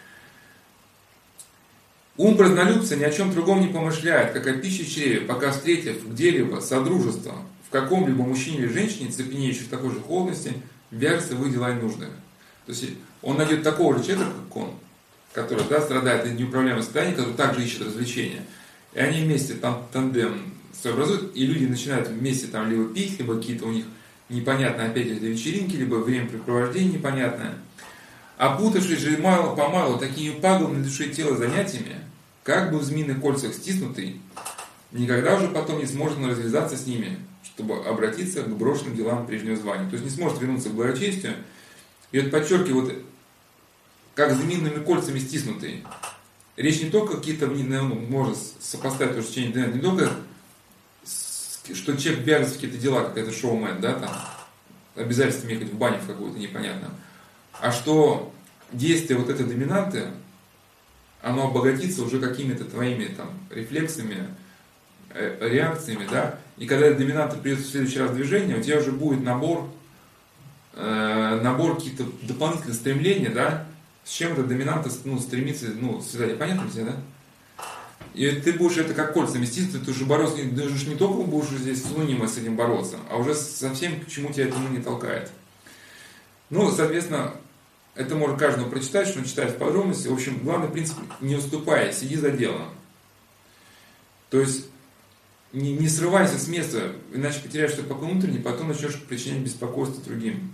Ум празднолюбца ни о чем другом не помышляет, как о пище в чреве, пока встретив где-либо содружество в каком-либо мужчине или женщине, цепенеющей в такой же холодности, вяжется в их дела и нужды. То есть он найдет такого же человека, как он, который, да, страдает от неуправляемого состояния, который также ищет развлечения. И они вместе там тандем все образуют, и люди начинают вместе там либо пить, либо какие-то у них непонятные опять это вечеринки, либо времяпрепровождение непонятное. Опутавшись же мало-помалу такими пагубными души и тела занятиями, как бы в змеиных кольцах стиснутый, никогда уже потом не сможет он развязаться с ними, чтобы обратиться к брошенным делам прежнего звания. То есть не сможет вернуться к благочестию. И вот подчеркиваю, вот, как змеиными кольцами стиснутый. Речь не только какие-то, ну, можно сопоставить тоже течение, не только, что человек ввязывается в какие-то дела, как это шоумен, да, там, обязательством ехать в баню в какую-то непонятную, а что действие вот этой доминанты, оно обогатится уже какими-то твоими там рефлексами, реакциями, да, и когда эта доминанта придет в следующий раз в движение, у тебя уже будет набор, э, набор каких-то дополнительных стремлений, да, с чем эта доминанта, ну, стремится, ну, связать. Понятно тебе, да? И ты будешь это как кольцами стиснуть, ты уже бороться, ты уже не только будешь здесь с унынием с этим бороться, а уже со всем, к чему тебя это уныние толкает. Ну, соответственно, это можно каждому прочитать, что он читает в подробности. В общем, главный принцип: не уступай, сиди за делом. То есть, не, не срывайся с места, иначе потеряешь что-то пока внутренне, потом начнешь причинять беспокойство другим.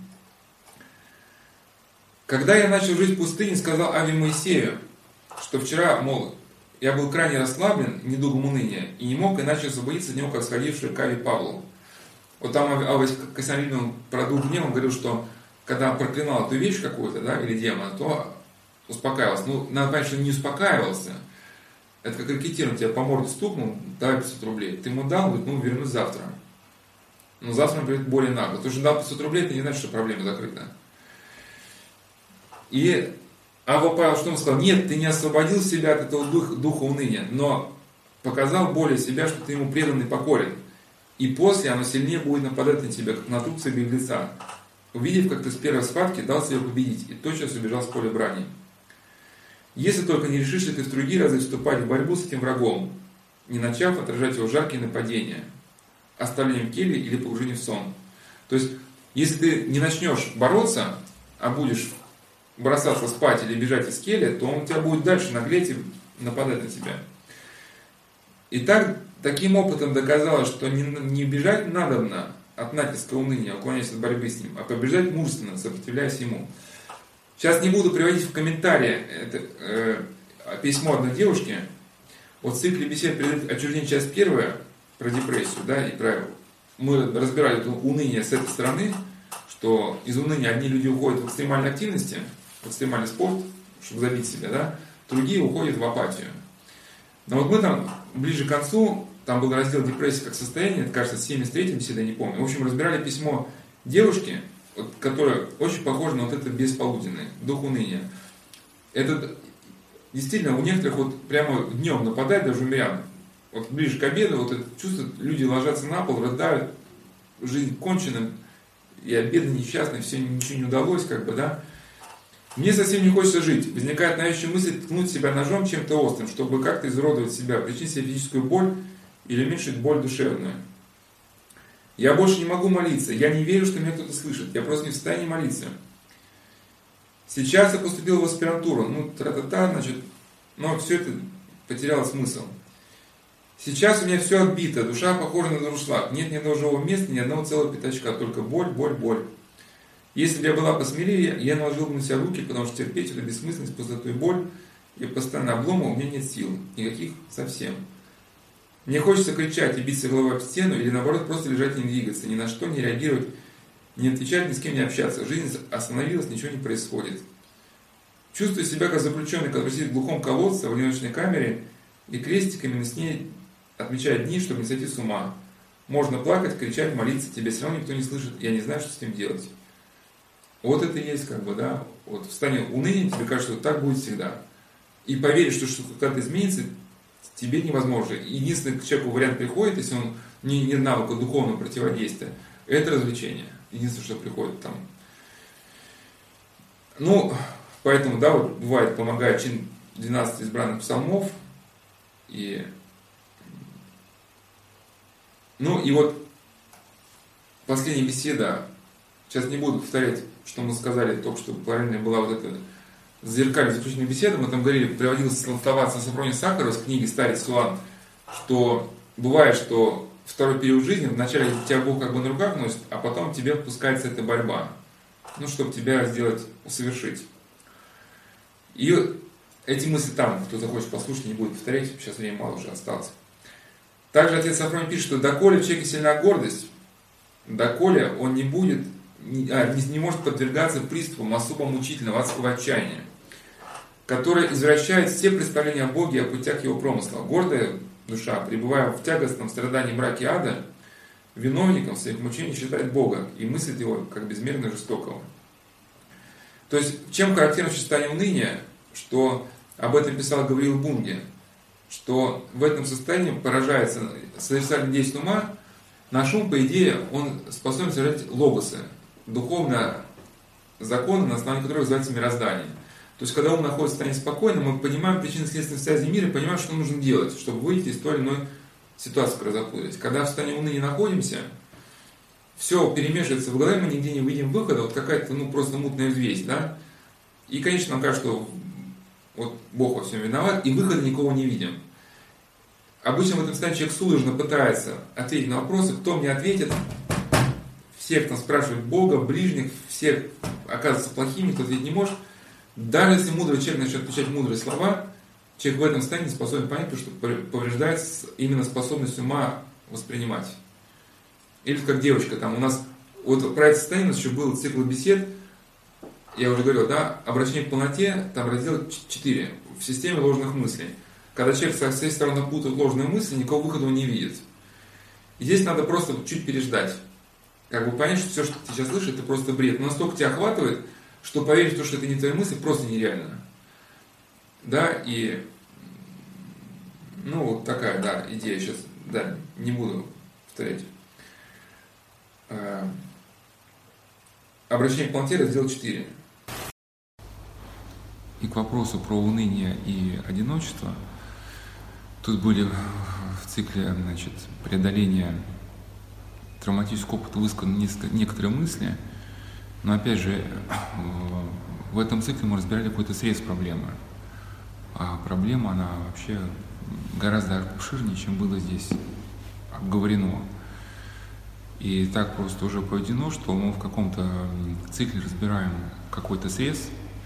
Когда я начал жить в пустыне, сказал Аве Моисею, что вчера, мол, я был крайне расслаблен недугом уныния и не мог иначе освободиться от него, как сходивший к Аве Павлу. Вот там Авва Кассамрин про дух гнева, он говорил, что когда он проклинал эту вещь какую-то, да, или демона, то успокаивался. Ну, надо понять, что он не успокаивался. Это как ракетир, он тебя по морду стукнул, давай пятьсот рублей. Ты ему дал, говорит, ну, вернусь завтра. Но завтра он придет более нагло. Ты уже дал пятьсот рублей, ты не знаешь, что проблема закрыта. И Авва Павел что он сказал? Нет, ты не освободил себя от этого духа, духа уныния, но показал более себя, что ты ему предан и покорен. И после оно сильнее будет нападать на тебя, как на трубца беглеца. Увидев, как ты с первой схватки дал себя победить, и тотчас убежал с поля брани. Если только не решишь ли ты в другие разы вступать в борьбу с этим врагом, не начав отражать его жаркие нападения. оставлением кельи или погружением в сон. То есть, если ты не начнешь бороться, а будешь бросаться спать или бежать из кельи, то он тебя будет дальше наглеть и нападать на тебя. И так, таким опытом доказалось, что не, не бежать надобно от натиска уныния, уклоняясь от борьбы с ним, а побеждать мужественно, сопротивляясь ему. Сейчас не буду приводить в комментарии это, э, письмо одной девушки. Вот в цикле бесед перед отчуждением, часть первая, про депрессию, да, и про... Мы разбирали это уныние с этой стороны, что из уныния одни люди уходят в экстремальной активности, в экстремальный спорт, чтобы забить себя, да, другие уходят в апатию. Но вот мы там, ближе к концу, там был раздел депрессии как состояние, это, кажется, с семьдесят третьей беседой, не помню. В общем, разбирали письмо девушки, вот, которая очень похожа на вот это бесполуденное, дух уныния. Это действительно у некоторых вот прямо днем нападает, даже у мирян. Вот ближе к обеду, вот это чувство, люди ложатся на пол, рыдают, жизнь кончена, и обеды несчастные, все, ничего не удалось, как бы, да. Мне совсем не хочется жить. Возникает навязчивая мысль ткнуть себя ножом чем-то острым, чтобы как-то изуродовать себя, причинить себе физическую боль или уменьшить боль душевную. Я больше не могу молиться, я не верю, что меня кто-то слышит, я просто не в состоянии молиться. Сейчас я поступил в аспирантуру, ну, тра-та-та, значит, но все это потеряло смысл. Сейчас у меня все отбито, душа похожа на дуршлаг, нет ни одного живого места, ни одного целого пятачка, только боль, боль, боль. Если бы я была посмелее, я наложил бы на себя руки, потому что терпеть эту бессмысленность, пустоту и боль, и постоянно облома у меня нет сил, никаких совсем. Мне хочется кричать и биться головой об стену, или наоборот просто лежать и не двигаться, ни на что не реагировать, не отвечать, ни с кем не общаться. Жизнь остановилась, ничего не происходит. Чувствую себя как заключенный, который сидит в глухом колодце, в одиночной камере, и крестиками на стене отмечает дни, чтобы не сойти с ума. Можно плакать, кричать, молиться, тебя все равно никто не слышит, я не знаю, что с ним делать. Вот это и есть, как бы, да, вот в состоянии уныния тебе кажется, что так будет всегда. И поверить, что что-то изменится, тебе невозможно. Единственный к человеку вариант приходит, если он не, не навыка духовного противодействия, это развлечение. Единственное, что приходит там. Ну, поэтому, да, вот бывает, помогает чин двенадцати избранных псалмов. И, ну, и вот последняя беседа, сейчас не буду повторять, что мы сказали только что, параллельно была вот эта зеркальная заключительная беседа, мы там говорили, приводилось слова Сафрония Сахарова с книги «Старец Суан», что бывает, что второй период жизни, вначале тебя Бог как бы на руках носит, а потом тебе впускается эта борьба, ну, чтобы тебя сделать, усовершить. И эти мысли там, кто захочет послушать, не будет повторять, сейчас времени мало уже осталось. Также отец Сафроний пишет, что доколе в человеке сильна гордость, доколе он не будет, не, а, не, не может подвергаться приступам особо мучительного адского отчаяния, которое извращает все представления о Боге и о путях его промысла. Гордая душа, пребывая в тягостном страдании мраке ада, виновником своих мучений считает Бога и мыслит его как безмерно жестокого. То есть, чем характерно состояние уныния, что об этом писал Гавриил Бунге, что в этом состоянии поражается созерцательное действие ума, наш ум, по идее, он способен создать логосы, духовные законы, на основании которых называется мироздание. То есть, когда ум находится в состоянии спокойно, мы понимаем причинно-следственные связи мира и понимаем, что нужно делать, чтобы выйти из той или иной ситуации, которая запуталась. Когда в состоянии уныния не находимся, все перемешивается в голове, мы нигде не видим выхода, вот какая-то, ну, просто мутная взвесь, да. И, конечно, нам кажется, что вот Бог во всем виноват, и выхода никого не видим. Обычно в этом состоянии человек судорожно пытается ответить на вопросы, кто мне ответит. Всех там спрашивают Бога, ближних, всех оказываются плохими, кто ответить не может. Даже если мудрый человек начнет отвечать мудрые слова, человек в этом состоянии не способен понять, потому что повреждается именно способность ума воспринимать. Или как девочка, там у нас, вот про это состояние у нас еще был цикл бесед, я уже говорил, да, обращение к полноте, там раздел четыре, в системе ложных мыслей. Когда человек со всей стороны путает ложные мысли, никакого выхода он не видит. И здесь надо просто чуть переждать. Как бы понять, что все, что ты сейчас слышишь, это просто бред. Но настолько тебя охватывает, что поверить в то, что это не твои мысли, просто нереально. Да, и ну вот такая, да, идея сейчас, да, не буду повторять. Обращение к полноте, раздел четыре. И к вопросу про уныние и одиночество. Тут были в цикле, значит, преодоления травматического опыта высказаны некоторые мысли, но опять же, в этом цикле мы разбирали какой-то срез проблемы. А проблема, она вообще гораздо обширнее, чем было здесь обговорено. И так просто уже поведено, что мы в каком-то цикле разбираем какой-то срез,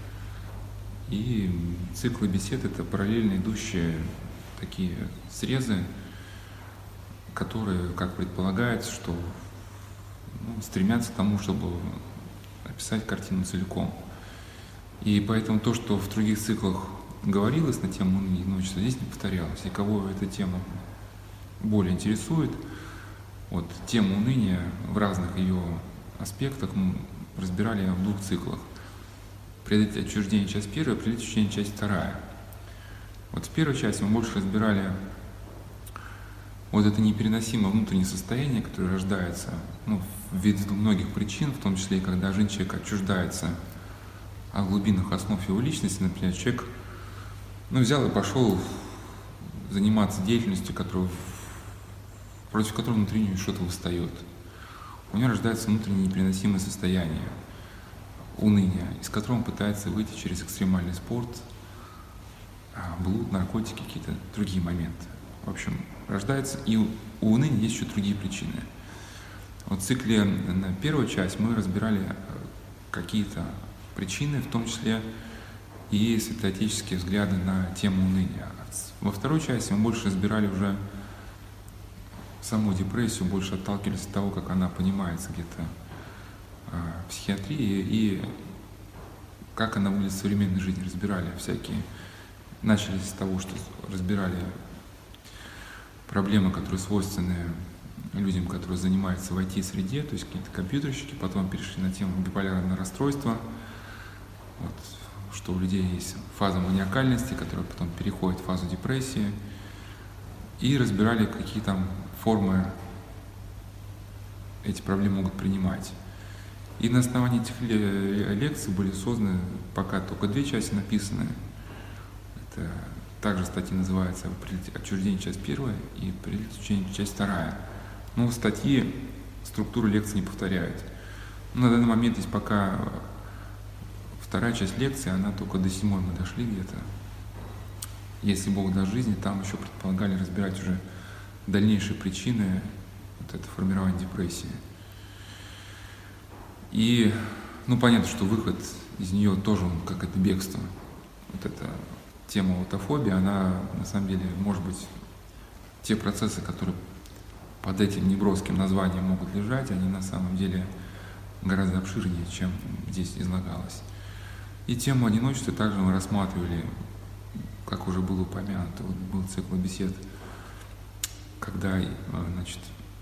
и циклы бесед — это параллельно идущие такие срезы, которые, как предполагается, что ну, стремятся к тому, чтобы описать картину целиком. И поэтому то, что в других циклах говорилось на тему уныния и одиночества, здесь не повторялось. И кого эта тема более интересует, вот тему уныния в разных ее аспектах мы разбирали в двух циклах. Преодолеть отчуждение, часть первая, преодолеть отчуждение, часть вторая. Вот в первой части мы больше разбирали вот это непереносимое внутреннее состояние, которое рождается ну, ввиду многих причин, в том числе и когда один человек отчуждается от глубинных основ его личности. Например, человек ну, взял и пошел заниматься деятельностью, которую, против которой внутри него что-то восстает. У него рождается внутреннее непереносимое состояние уныния, из которого он пытается выйти через экстремальный спорт, блуд, наркотики, какие-то другие моменты. В общем, рождается, и у уныния есть еще другие причины. Вот в цикле на первую часть мы разбирали какие-то причины, в том числе и святоотеческие взгляды на тему уныния. Во второй части мы больше разбирали уже саму депрессию, больше отталкивались от того, как она понимается где-то в психиатрии и как она выглядит в современной жизни. Разбирали всякие, начали с того, что разбирали проблемы, которые свойственны людям, которые занимаются в ай ти-среде, то есть какие-то компьютерщики, потом перешли на тему биполярного расстройства, вот, что у людей есть фаза маниакальности, которая потом переходит в фазу депрессии, и разбирали, какие там формы эти проблемы могут принимать. И на основании этих лекций были созданы, пока только две части написаны. Это также статья называется «Отчуждение, часть первая» и «Отчуждение, часть вторая». Но статьи структуру лекций не повторяют. Но на данный момент есть пока вторая часть лекции, она только до седьмой мы дошли где-то. Если Бог даст жизни, там еще предполагали разбирать уже дальнейшие причины вот этого формирования депрессии. И, ну, понятно, что выход из нее тоже как это бегство. Вот эта тема аутофобии, она, на самом деле, может быть, те процессы, которые под этим неброским названием могут лежать, они на самом деле гораздо обширнее, чем здесь излагалось. И тему одиночества также мы рассматривали, как уже было упомянуто, вот был цикл бесед, когда, значит,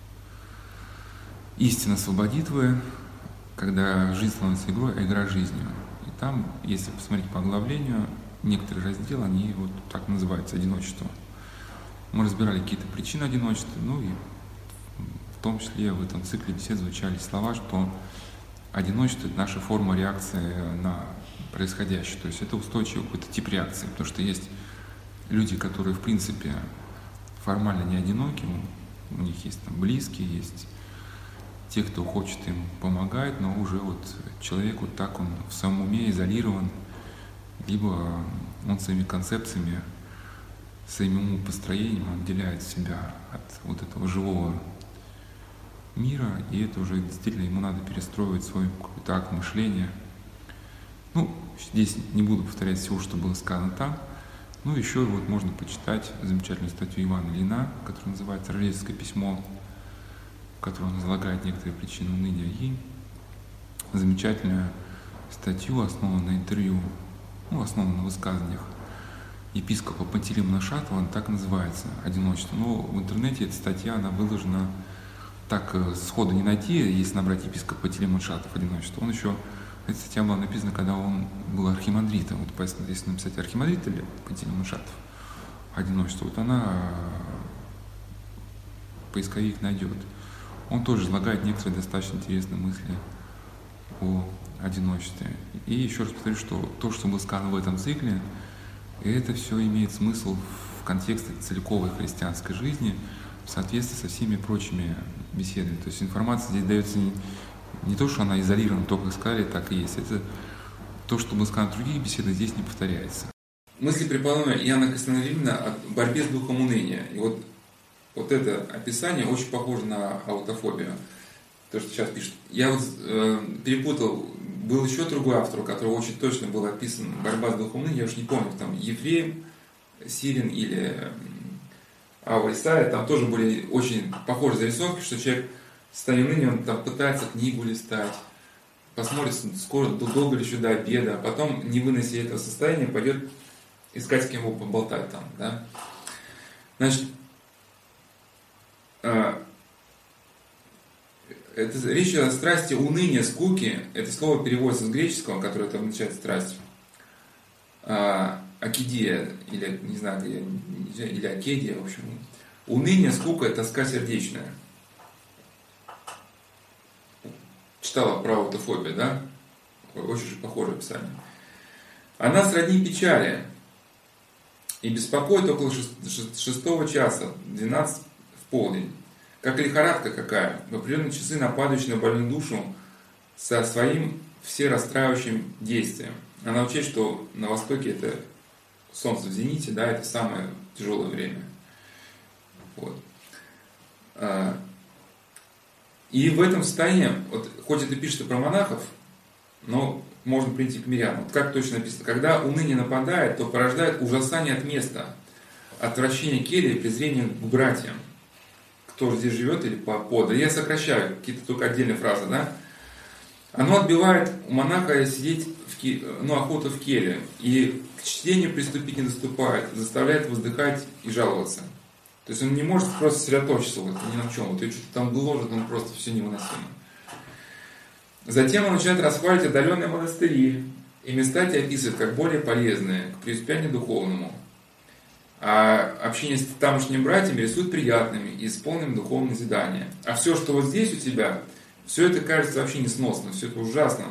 истина освободит вы, когда жизнь становится игрой, а игра жизнью. И там, если посмотреть по оглавлению, некоторые разделы, они вот так называются — одиночество. Мы разбирали какие-то причины одиночества, ну и в том числе в этом цикле бесед звучали слова, что одиночество — это наша форма реакции на происходящее. То есть это устойчивый какой-то тип реакции, потому что есть люди, которые в принципе формально не одиноки, у них есть там близкие, есть те, кто хочет им помогать, но уже вот человек вот так, он в своем уме изолирован, либо он своими концепциями, своим умопостроением отделяет себя от вот этого живого мира, и это уже действительно ему надо перестроить свой какой-то акт мышления. Ну, здесь не буду повторять всего, что было сказано там. Ну, еще вот можно почитать замечательную статью Ивана Ильина, которая называется «Рождественское письмо», в которой он излагает некоторые причины уныния, и замечательную статью, основанную на интервью, ну, основанную на высказываниях епископа Пантелеймона Шатова, она так и называется «Одиночество». Но в интернете эта статья, она выложена так сходу не найти, если набрать епископ Пантелеймон Шатов «Одиночество». Он еще, эта статья была написана, когда он был архимандритом. Вот если написать архимандрит или Пантелеймон Шатов «Одиночество», вот она поисковик найдет. Он тоже излагает некоторые достаточно интересные мысли о одиночестве. И еще раз повторю, что то, что было сказано в этом цикле, это все имеет смысл в контексте целиковой христианской жизни, в соответствии со всеми прочими беседами. То есть информация здесь дается не, не то, что она изолирована, только как сказали, так и есть. Это то, что было сказано в других беседах, здесь не повторяется. Мысли преподобного Иоанна Кастанарина о борьбе с духом уныния. И вот, вот это описание очень похоже на аутофобию. То, что сейчас пишет. Я вот э, перепутал, был еще другой автор, у которого очень точно было описано борьба с духом уныния, я уж не помню, там Ефрем Сирин или Ава Исаия, там тоже были очень похожие зарисовки, что человек в состоянии уныния, он там пытается книгу листать, посмотрит, скоро, долго ли еще до обеда, а потом, не вынеся этого состояния, пойдет искать с кем его поболтать там, да. Значит, э, это, речь идет о страсти уныния, скуки. Это слово переводится с греческого, которое это означает страсть. А, акидия, или не знаю, или акедия, в общем. Уныние, скука – это тоска сердечная. Читала про аутофобию, да? Очень же похожее описание. Она сродни печали и беспокоит около шестого часа, двенадцать в полдень. Как лихорадка какая, в определенные часы нападающая на больную душу со своим всерастраивающим действием. Она учесть, что на Востоке это солнце в зените, да, это самое тяжелое время. Вот. И в этом состоянии, вот, хоть это пишется про монахов, но можно прийти к мирянам. Вот как точно написано, когда уныние нападает, то порождает ужасание от места, отвращение к келье и презрение к братьям. Кто здесь живет или по пода. Я сокращаю какие-то только отдельные фразы, да. Оно отбивает у монаха сидеть, в ке... ну, охоту в келье, и к чтению приступить не доступает, заставляет воздыхать и жаловаться. То есть он не может просто сосредоточиться вот, ни на чем. Вот и что-то там гложет, он просто все невыносимо. Затем он начинает расхваливать отдаленные монастыри, и места эти описывает как более полезные к преуспеянию духовному. А общение с тамошними братьями рисует приятными и исполненным духовным назидания. А все, что вот здесь у тебя, все это кажется вообще несносным, все это ужасно.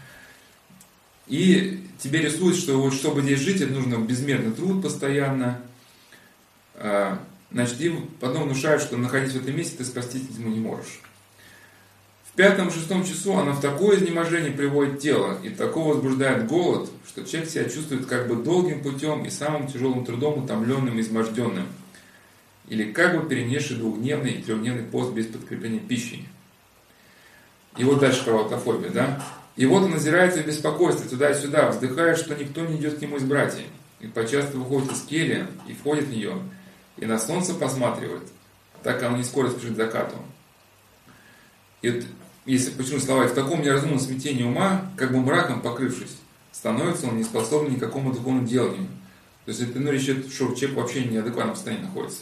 И тебе рисует, что вот чтобы здесь жить, это нужно безмерный труд постоянно. Значит, и потом внушают, что находясь в этом месте, ты спастись ему не можешь. В пятом-шестом часу она в такое изнеможение приводит тело и такого возбуждает голод, что человек себя чувствует как бы долгим путем и самым тяжелым трудом утомленным и изможденным, или как бы перенесший двухдневный и трехдневный пост без подкрепления пищей. И вот дальше про аутофобию, да? И вот он озирается в беспокойстве туда и сюда, вздыхая, что никто не идет к нему из братьев, и почасто выходит из кельи и входит в нее, и на солнце посматривает, так как оно не скоро спешит к закату. И вот, если почему слова, в таком неразумном смятении ума, как бы мраком покрывшись, становится он не способен ни к какому духовному деланию. То есть это, ну, речь идет, что человек вообще в неадекватном состоянии находится.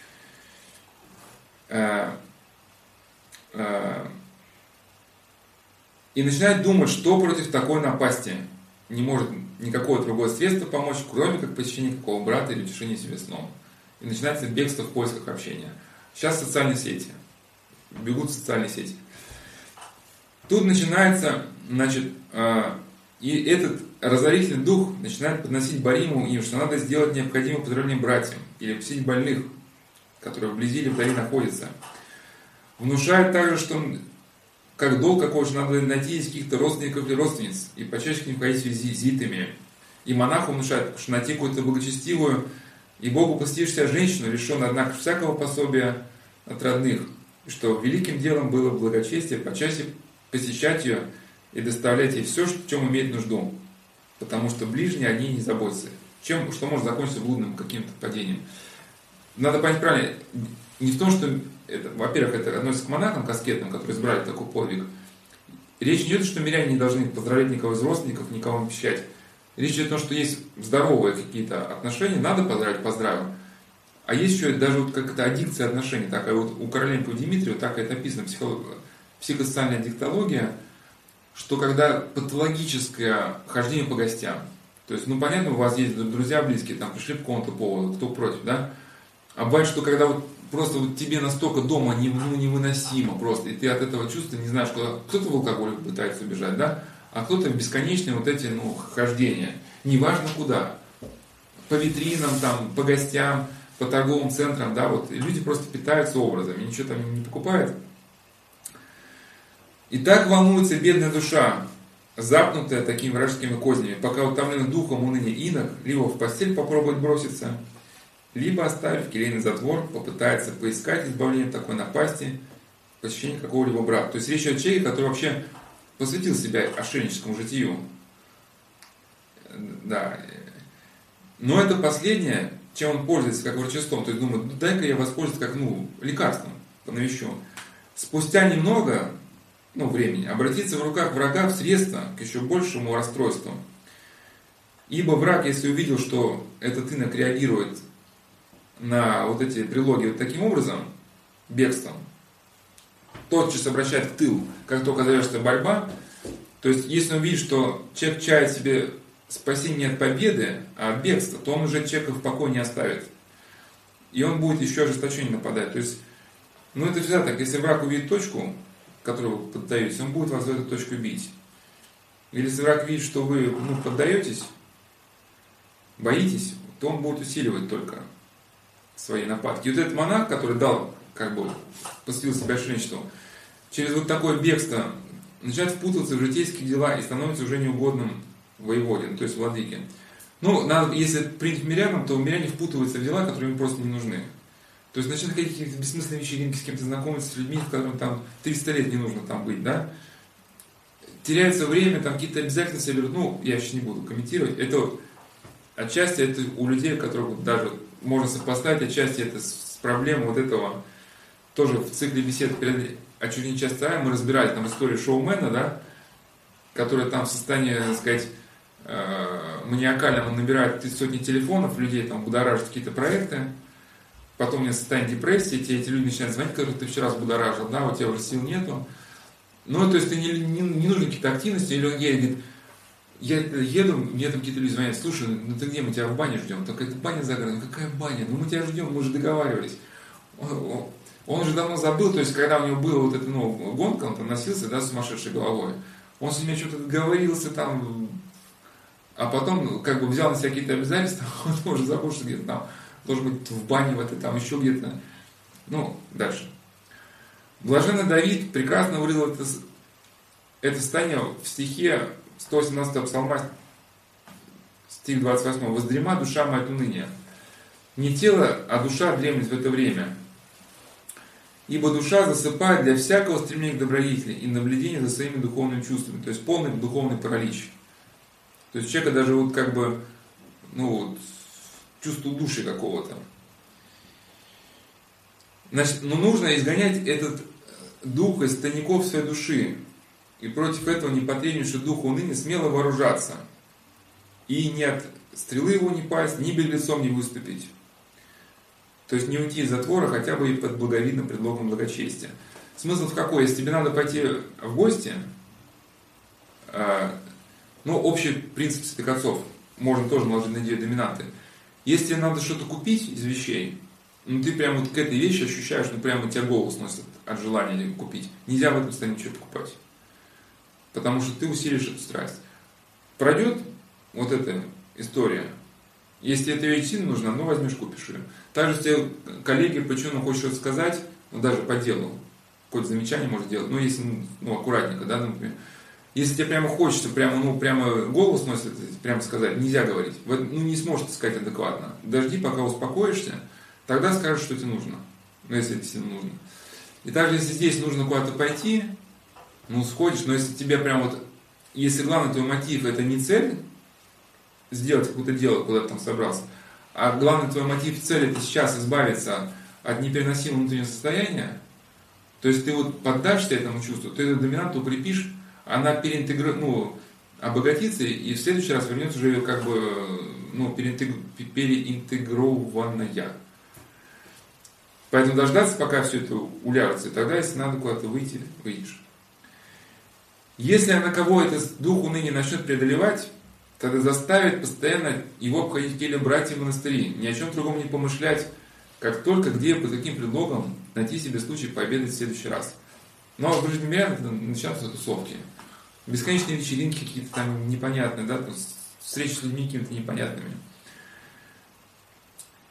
И начинает думать, что против такой напасти не может никакое другое средство помочь, кроме как посещение какого брата или утешение себе сном. И начинается бегство в поисках общения. Сейчас социальные сети. Бегут в социальные сети. Тут начинается, значит, и этот разорительный дух начинает подносить боримому им, что надо сделать необходимое поздравление братьям или посетить больных, которые вблизи или вдали находятся. Внушает также, что как долг какой же надо найти из каких-то родственников или родственниц и почаще к ним ходить с визитами. И монаху внушает, что найти какую-то благочестивую и Богу постившуюся женщину, лишенную, однако, всякого пособия от родных, и что великим делом было благочестие почаще посещать ее и доставлять ей все, в чем имеет нужду, потому что ближние о ней не заботятся, чем, что может закончиться блудным каким-то падением. Надо понять правильно, не в том, что, это, во-первых, это относится к монахам, к аскетам, которые избрали такой подвиг. Речь не идет, что миряне не должны поздравлять никого из родственников, никого не посещать. Речь идет о том, что есть здоровые какие-то отношения, надо поздравить, поздравим. А есть еще даже вот как-то аддикция отношений, такая вот у Короленкова Дмитрия, вот так это написано, психолог, психосоциальная диктология, что когда патологическое хождение по гостям, то есть, ну понятно, у вас есть друзья близкие, там пришли по какому-то поводу, кто против, да? А бывает, что когда вот просто вот тебе настолько дома не, ну, невыносимо просто, и ты от этого чувства не знаешь, куда, кто-то в алкоголь пытается убежать, да? А кто-то в бесконечные вот эти, ну, хождения, неважно куда, по витринам, там, по гостям, по торговым центрам, да, вот, и люди просто питаются образами, ничего там не покупают. И так волнуется бедная душа, запнутая такими вражескими кознями, пока утомленный духом уныния инок либо в постель попробует броситься, либо, оставив келейный затвор, попытается поискать избавление от такой напасти, посещение какого-либо брата. То есть речь идет о человеке, который вообще посвятил себя отшельническому житию. Да. Но это последнее, чем он пользуется как врачеством. То есть думает, ну дай-ка я воспользуюсь как ну, лекарством, навещу. Спустя немного ну, времени обратиться в руках врага в средство к еще большему расстройству. Ибо враг, если увидел, что этот инок реагирует на вот эти прилоги вот таким образом, бегством, тотчас обращает в тыл, как только завершится борьба. То есть, если он видит, что человек чает себе спасение не от победы, а от бегства, то он уже человека в покое не оставит. И он будет еще ожесточеннее нападать. То есть, ну это всегда так, если враг увидит точку, которую вы поддаетесь, он будет вас в эту точку бить. Или если враг видит, что вы ну, поддаетесь, боитесь, то он будет усиливать только свои нападки. И вот этот монах, который дал, как бы, посвятил себя отшельничеству, через вот такое бегство начинает впутываться в житейские дела и становится уже неугодным воеводе, ну, то есть владыке. Ну, надо, если принять мирянам, то миряне впутываются в дела, которые им просто не нужны. То есть начинают какие-то бессмысленные вечеринки, с кем-то знакомиться, с людьми, с которыми там триста лет не нужно там быть, да? Теряется время, там какие-то обязательства, ну, я сейчас не буду комментировать. Это вот, отчасти это у людей, которых даже можно сопоставить, отчасти это с проблемой вот этого, тоже в цикле бесед перед очередной части А мы разбирали там историю шоумена, да, который там в состоянии, так сказать, маниакально он набирает сотни телефонов, людей там будоражит какие-то проекты, потом у меня состояние депрессии, те эти люди начинают звонить, которые ты вчера будоражил, да, у тебя уже сил нету. Ну, то есть ты не, не, не нужны какие-то активности, или он едет, я еду, мне там какие-то люди звонят, слушай, ну ты где, мы тебя в бане ждем? Так это баня за городом, какая баня? Ну мы тебя ждем, мы же договаривались. Он, он уже давно забыл, то есть когда у него была вот эта ну, гонка, он там носился, да, с сумасшедшей головой. Он с ними что-то договорился там, а потом как бы взял на себя какие-то обязательства, он уже забыл, что где-то там должен быть в бане, в этой, там еще где-то. Ну, дальше. Блаженный Давид прекрасно выразил это, это состояние в стихе сто восемнадцатого псалма, стих двадцать восьмой. «Воздрема душа моя от уныния. Не тело, а душа дремлет в это время. Ибо душа засыпает для всякого стремления к добродетели и наблюдения за своими духовными чувствами». То есть полный духовный паралич. То есть человека даже вот как бы, ну вот, чувство души какого-то. Значит, ну нужно изгонять этот дух из тайников своей души. И против этого непотребнейшего духа уныния смело вооружаться. И ни от стрелы его не пасть, ни беглецом не выступить. То есть не уйти из затвора хотя бы и под благовидным предлогом благочестия. Смысл в какой? Если тебе надо пойти в гости, ну, общий принцип святых отцов, можно тоже наложить на две доминанты. Если тебе надо что-то купить из вещей, ну ты прямо вот к этой вещи ощущаешь, ну прямо тебя голову сносит от желания купить. Нельзя в этом состоянии что-то покупать. Потому что ты усилишь эту страсть. Пройдет вот эта история. Если эта вещь сильно нужна, ну возьмешь, купишь ее. Также если коллеги почему хочет что-то сказать, ну даже по делу, какое-то замечание может делать, ну если ну, аккуратненько, да, например. Если тебе прямо хочется, прямо, ну, прямо голову сносит, прямо сказать, нельзя говорить. Ну, не сможешь сказать адекватно. Дожди, пока успокоишься, тогда скажешь, что тебе нужно. Ну, если это сильно нужно. И также, если здесь нужно куда-то пойти, ну, сходишь, но если тебе прям вот, если главный твой мотив это не цель, сделать какое-то дело, куда ты там собрался, а главный твой мотив, цель это сейчас избавиться от непереносимого внутреннего состояния, то есть ты вот поддашься этому чувству, ты эту доминанту укрепишь, она переинтегрирует, ну, обогатится и в следующий раз вернется уже как бы, ну, переинтег... переинтегрованная. Поэтому дождаться, пока все это уляжется, и тогда, если надо куда-то выйти, выйдешь. Если на кого этот дух уныния начнет преодолевать, тогда заставит постоянно его обходить келью братья в монастыри, ни о чем другом не помышлять, как только, где, под каким предлогом найти себе случай пообедать в следующий раз. Но в жизни мирян начинаются тусовки. Бесконечные вечеринки какие-то там непонятные, да, встречи с людьми какими-то непонятными.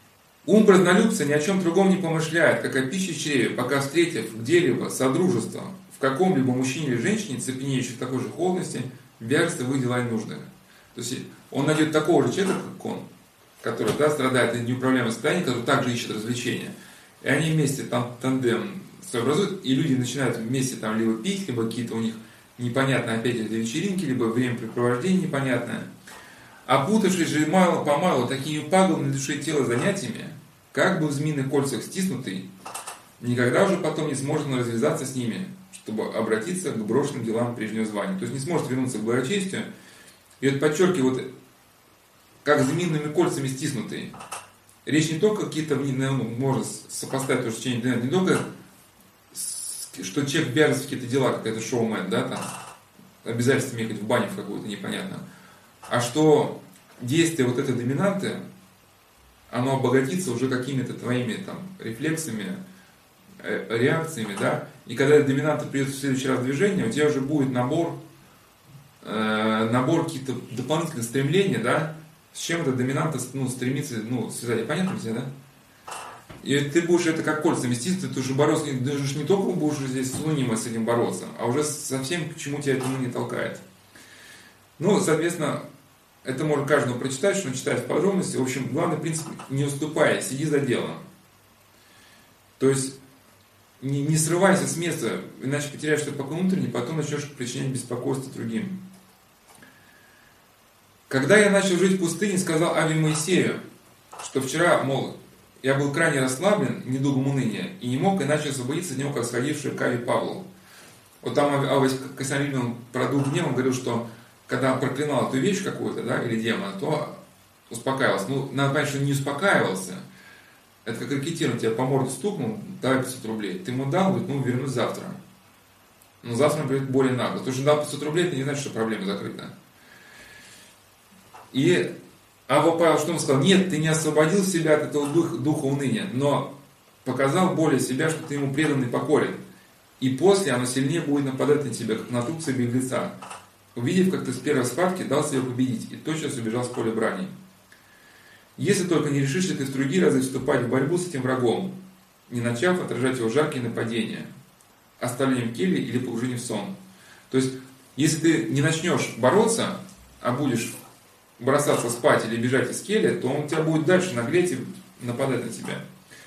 Ум празднолюбца ни о чем другом не помышляет, как о пище в чреве, пока, встретив где-либо содружество в каком-либо мужчине или женщине, цепенеющей в такой же холодности, вяжется в их дела и нужды. То есть он найдет такого же человека, как он, который, да, страдает от неуправляемого состояния, который также ищет развлечения. И они вместе там тандем сообразуют, и люди начинают вместе там либо пить, либо какие-то у них непонятные опять это вечеринки, либо времяпрепровождение непонятное. Опутавшись же мало-помалу такими пагубными души и тела занятиями, как бы в змеиных кольцах стиснутый, никогда уже потом не сможет он развязаться с ними, чтобы обратиться к брошенным делам прежнего звания. То есть не сможет вернуться к благочестию. И вот подчеркиваю, вот, как змеиными кольцами стиснутый. Речь не только какие-то, ну, можно сопоставить то, что не только, что человек вяжется в какие-то дела, какой-то шоумен, да, там, обязательством ехать в баню в какую-то непонятно, а что действие вот этой доминанты, оно обогатится уже какими-то твоими там рефлексами, реакциями, да, и когда эта доминанта придет в следующий раз в движение, у тебя уже будет набор, э, набор каких-то дополнительных стремлений, да, с чем эта доминанта, ну, стремится, ну, связать, понятно тебе, да? И ты будешь это как кольцами стиснуть, ты уже бороться, ты уже не только будешь здесь с унынием с этим бороться, а уже совсем к чему тебя это уныние толкает. Ну, соответственно, это можно каждому прочитать, что он читает в подробности. В общем, главный принцип: не уступай, сиди за делом. То есть, не, не срывайся с места, иначе потеряешь что-то пока внутренне, потом начнешь причинять беспокойство другим. Когда я начал жить в пустыне, сказал Аве Моисею, что вчера, мол, я был крайне расслаблен недугом уныния и не мог иначе освободиться от него, как сходивший к Аве Павлу. Вот там Ава Касарин про дух гнева говорил, что когда он проклинал эту вещь какую-то, да, или демона, то успокаивался. Ну, надо понять, что не успокаивался. Это как ракетир, тебя по морду стукнул, давай пятьсот рублей. Ты ему дал, говорит, ну, вернусь завтра. Но завтра он придет более нагло. То, что дал пятьсот рублей, это не значит, что проблема закрыта. И Ава Павел что он сказал? Нет, ты не освободил себя от этого духа, духа уныния, но показал более себя, что ты ему предан и покорен. И после оно сильнее будет нападать на тебя, как на трупца беглеца. Увидев, как ты с первой схватки дал себя победить, и тотчас убежал с поля брани. Если только не решишься ты в другие разы вступать в борьбу с этим врагом, не начав отражать его жаркие нападения, оставлением кельи или погружением в сон. То есть, если ты не начнешь бороться, а будешь бросаться спать или бежать из кельи, то он тебя будет дальше наглеть и нападать на тебя.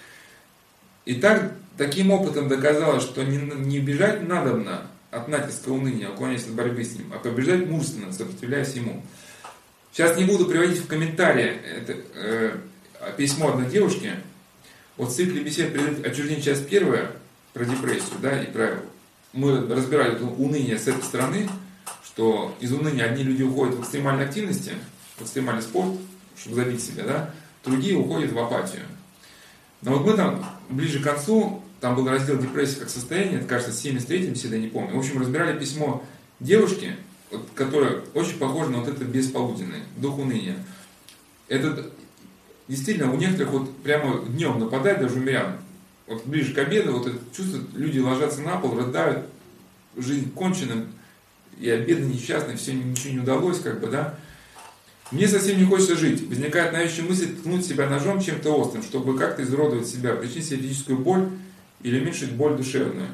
И так, таким опытом доказалось, что не, не бежать надобно от натиска уныния, уклоняясь от борьбы с ним, а побеждать мужественно, сопротивляясь ему. Сейчас не буду приводить в комментарии это, э, письмо одной девушки. Вот в цикле бесед «Отчуждение. Часть первая» про депрессию, да, и про... мы разбирали это уныние с этой стороны, что из уныния одни люди уходят в экстремальной активности, в экстремальный спорт, чтобы забить себя, да, другие уходят в апатию. Но вот мы там ближе к концу, там был раздел «Депрессия как состояние», это, кажется, семьдесят третья беседа, я не помню. В общем, разбирали письмо девушки, вот, которая очень похожа на вот это бесполуденное, дух уныния. Это действительно у некоторых вот прямо днем нападает, даже у мирян. Вот ближе к обеду вот это чувство, люди ложатся на пол, рыдают, жизнь кончена, я бедный, несчастный, все, ничего не удалось, как бы, да. Мне совсем не хочется жить. Возникает навязчивая мысль ткнуть себя ножом чем-то острым, чтобы как-то изуродовать себя, причинить себе физическую боль или уменьшить боль душевную.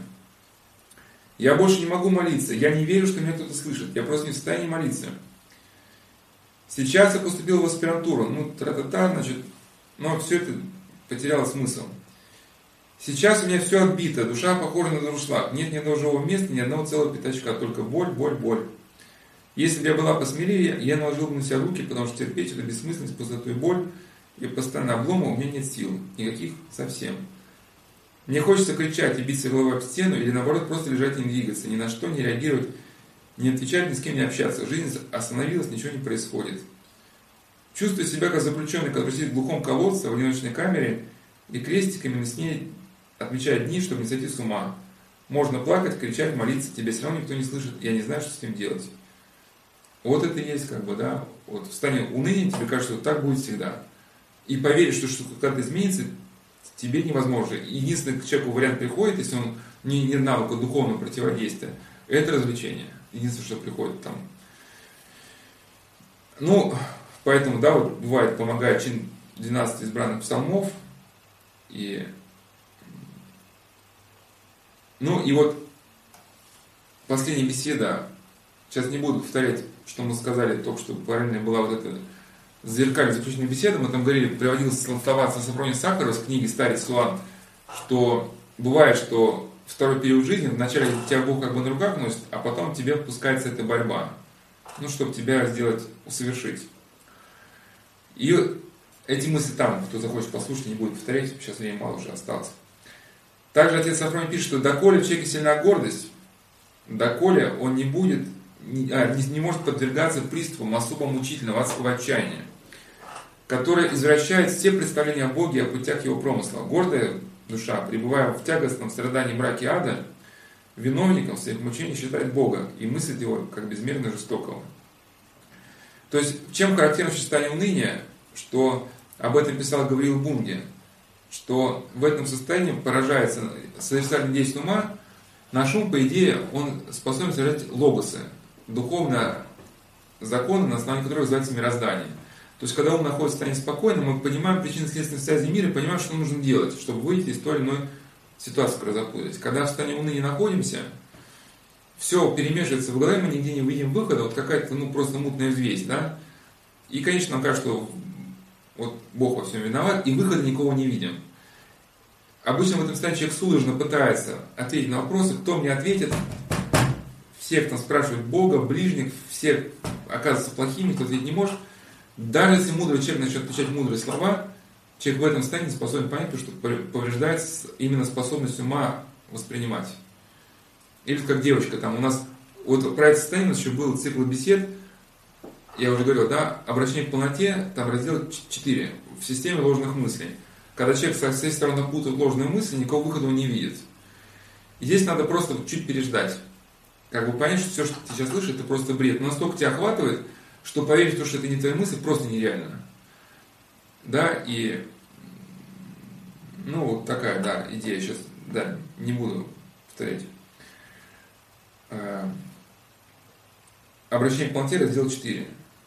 Я больше не могу молиться, я не верю, что меня кто-то слышит, я просто не в состоянии молиться. Сейчас я поступил в аспирантуру, ну, тра-та-та, значит, но все это потеряло смысл. Сейчас у меня все отбито, душа похожа на дуршлаг, нет ни одного живого места, ни одного целого пятачка, только боль, боль, боль. Если бы я была посмелее, я наложил бы на себя руки, потому что терпеть эту бессмысленность, пустоту и боль, и постоянно облома у меня нет сил, никаких совсем. Мне хочется кричать и биться головой об стену, или наоборот просто лежать и не двигаться, ни на что не реагировать, не отвечать, ни с кем не общаться. Жизнь остановилась, ничего не происходит. Чувствую себя как заключенный, который сидит в глухом колодце, в одиночной камере, и крестиками на сне отмечает дни, чтобы не сойти с ума. Можно плакать, кричать, молиться, тебя все равно никто не слышит, я не знаю, что с этим делать. Вот это и есть, как бы, да, вот в состоянии уныния тебе кажется, что так будет всегда. И поверить, что что-то когда-то изменится, тебе невозможно. Единственный к человеку вариант приходит, если он не, не навыка духовного противодействия, это развлечение. Единственное, что приходит там. Ну, поэтому, да, вот бывает, помогает чин двенадцати избранных псалмов, И, ну и вот последняя беседа, сейчас не буду повторять, что мы сказали только что, параллельно была вот эта зеркальная заключительная беседа, мы там говорили, приводилось слова Сафрония Сахарова с книги «Старец Суан», что бывает, что второй период жизни, вначале тебя Бог как бы на руках носит, а потом тебе пускается эта борьба, ну, чтобы тебя сделать, усовершить. И эти мысли там, кто захочет послушать, не будет повторять, сейчас времени мало уже осталось. Также отец Сафроний пишет, что доколе в человеке сильна гордость, доколе он не будет, не, а, не, не может подвергаться приступам особо мучительного адского отчаяния, которое извращает все представления о Боге и о путях его промысла. Гордая душа, пребывая в тягостном страдании мраке ада, виновником своих мучений считает Бога и мыслит его как безмерно жестокого. То есть, чем характерно состояние уныния, что об этом писал Гавриил Бунге, что в этом состоянии поражается созерцательное действие ума, наш ум, по идее, он способен совершать логосы, духовные законы, на основании которых называется мироздание. То есть, когда ум находится в состоянии спокойном, мы понимаем причинно-следственные связи мира и понимаем, что нужно делать, чтобы выйти из той или иной ситуации, в которой запутались. Когда в состоянии уныния находимся, все перемешивается в голове, мы нигде не видим выхода, вот какая-то, ну, просто мутная взвесь, да? И, конечно, нам кажется, что вот Бог во всем виноват, и выхода никого не видим. Обычно в этом состоянии человек судорожно пытается ответить на вопросы, кто мне ответит. Всех там спрашивают Бога, ближних, все оказываются плохими, кто ответить не может. Даже если мудрый человек начнет отвечать мудрые слова, человек в этом состоянии не способен понять, потому что повреждается именно способность ума воспринимать. Или как девочка, там у нас, вот про это состояние у нас еще был цикл бесед, я уже говорил, да, обращение к полноте, там раздел четыре, в системе ложных мыслей. Когда человек со всей стороны напутает ложные мысли, никакого выхода он не видит. И здесь надо просто чуть переждать. Как бы понять, что все, что ты сейчас слышишь, это просто бред. Но настолько тебя охватывает, что поверить в то, что это не твои мысли, просто нереально. Да, и ну, вот такая, да, идея сейчас, да, не буду повторять. Обращение к полноте, раздел четыре.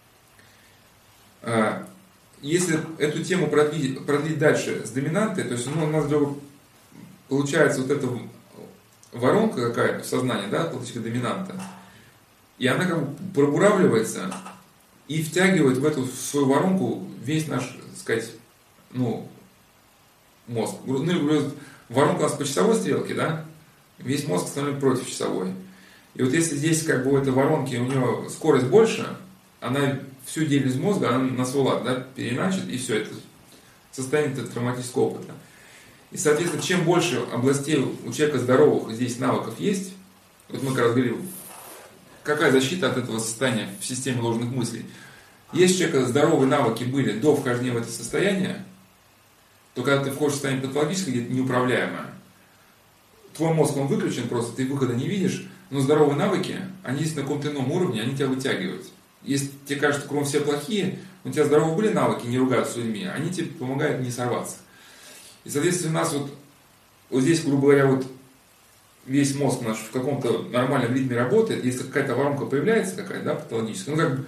Если эту тему продлить, продлить дальше с доминантой, то есть ну, у нас вдруг получается вот эта воронка какая-то в сознании, да, полочка доминанта, и она как бы пробуравливается и втягивает в эту в свою воронку весь наш, так сказать, ну, мозг. Ну, воронка у нас по часовой стрелке, да, весь мозг становится против часовой. И вот если здесь как бы у этой воронки у нее скорость больше, она всю деятельность мозга, она на свой лад, да, переначит, и все, это состояние этого травматического опыта. И, соответственно, чем больше областей у человека здоровых здесь навыков есть, вот мы как раз говорили, какая защита от этого состояния в системе ложных мыслей. Если у человека здоровые навыки были до вхождения в это состояние, то когда ты входишь в состояние патологическое, где-то неуправляемое, твой мозг, он выключен просто, ты выхода не видишь, но здоровые навыки, они есть на каком-то ином уровне, они тебя вытягивают. Если тебе кажется, что кругом все плохие, у тебя здоровые были навыки, не ругаться с людьми, они тебе помогают не сорваться. И, соответственно, у нас вот, вот здесь, грубо говоря, вот весь мозг наш в каком-то нормальном ритме работает, если какая-то воронка появляется, какая-то, да, патологическая, ну, как бы,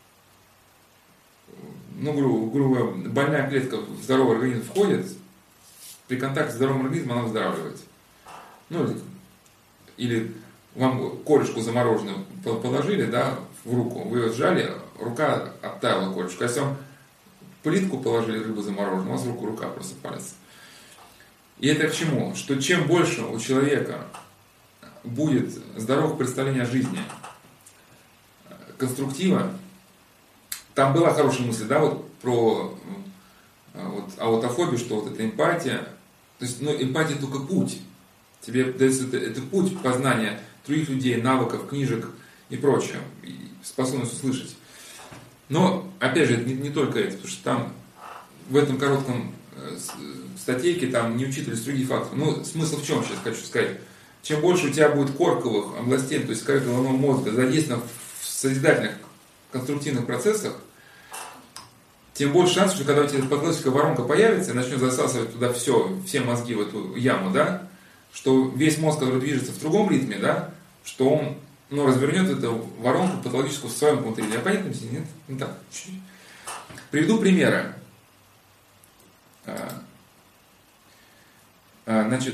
ну, грубо, грубо говоря, больная клетка в здоровый организм входит, при контакте с здоровым организмом она выздоравливает. Ну, или, или вам корочку замороженную положили, да, в руку, вы ее сжали, рука оттаяла корочку. А если вам плитку положили, рыбу замороженную, у вас в руку рука просто палец. И это к чему? Что чем больше у человека будет здоровых представлений о жизни, конструктива, там была хорошая мысль, да, вот про вот, аутофобию, что вот эта эмпатия, то есть, ну, эмпатия только путь. Тебе дается это, это путь познания других людей, навыков, книжек и прочее, и способность услышать. Но, опять же, это не, не только это, потому что там в этом коротком э, статейке там не учитывались другие факторы. Ну, смысл в чем, сейчас хочу сказать. Чем больше у тебя будет корковых областей, то есть коры головного мозга, задействовано в созидательных, конструктивных процессах, тем больше шансов, что когда у тебя патологическая воронка появится и начнет засасывать туда все, все мозги в эту яму, да, что весь мозг, который движется в другом ритме, да, что он, ну, развернет эту воронку патологическую в своем внутри. Я понятно? Нет? Ну так, чуть-чуть. Приведу примеры. Значит,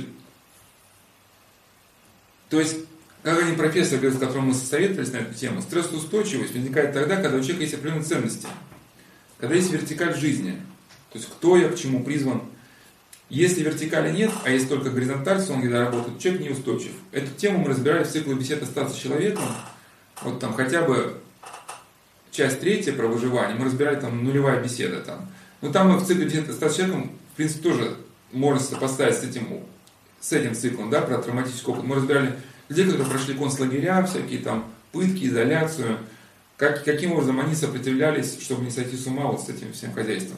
то есть, как один профессор говорит, с которым мы советовались на эту тему, стрессоустойчивость возникает тогда, когда у человека есть определенные ценности, когда есть вертикаль жизни, то есть кто я, к чему призван. Если вертикали нет, а есть только горизонталь, сон, где работает, человек неустойчив. Эту тему мы разбирали в цикле бесед «Остаться человеком». Вот там хотя бы часть третья про выживание, мы разбирали там нулевая беседа там. Но там мы в цикле бесед «Остаться человеком», в принципе, тоже можно сопоставить с этим, с этим циклом, да, про травматический опыт. Мы разбирали людей, которые прошли концлагеря, всякие там пытки, изоляцию, как, каким образом они сопротивлялись, чтобы не сойти с ума вот с этим всем хозяйством.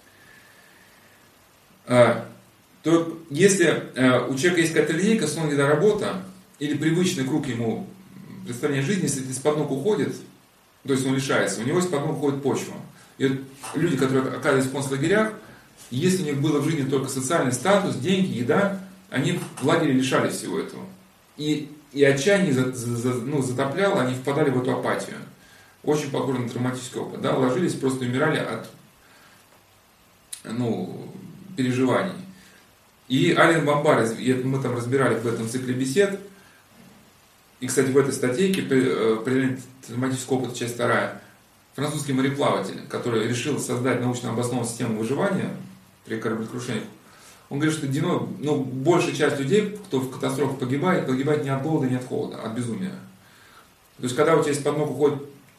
А, то если а, у человека есть какая-то линейка, сон, где работа, или привычный круг ему представления жизни, если это из-под ног уходит, то есть он лишается, у него из-под ног уходит почва. И вот люди, которые оказывались в концлагерях, если у них было в жизни только социальный статус, деньги, еда, они в лагере лишались всего этого. И, и отчаяние за, за, ну, затопляло, они впадали в эту апатию. Очень похоже на травматический опыт. Да? Ложились, просто умирали от ну, переживаний. И Ален Бомбар, мы там разбирали в этом цикле бесед, и, кстати, в этой статейке, определение травматического опыта, часть вторая, французский мореплаватель, который решил создать научно обоснованную систему выживания при кораблекрушениях, он говорит, что ну, большая часть людей, кто в катастрофах погибает, погибает не от голода, не от холода, а от безумия. То есть, когда у тебя из-под ног уходит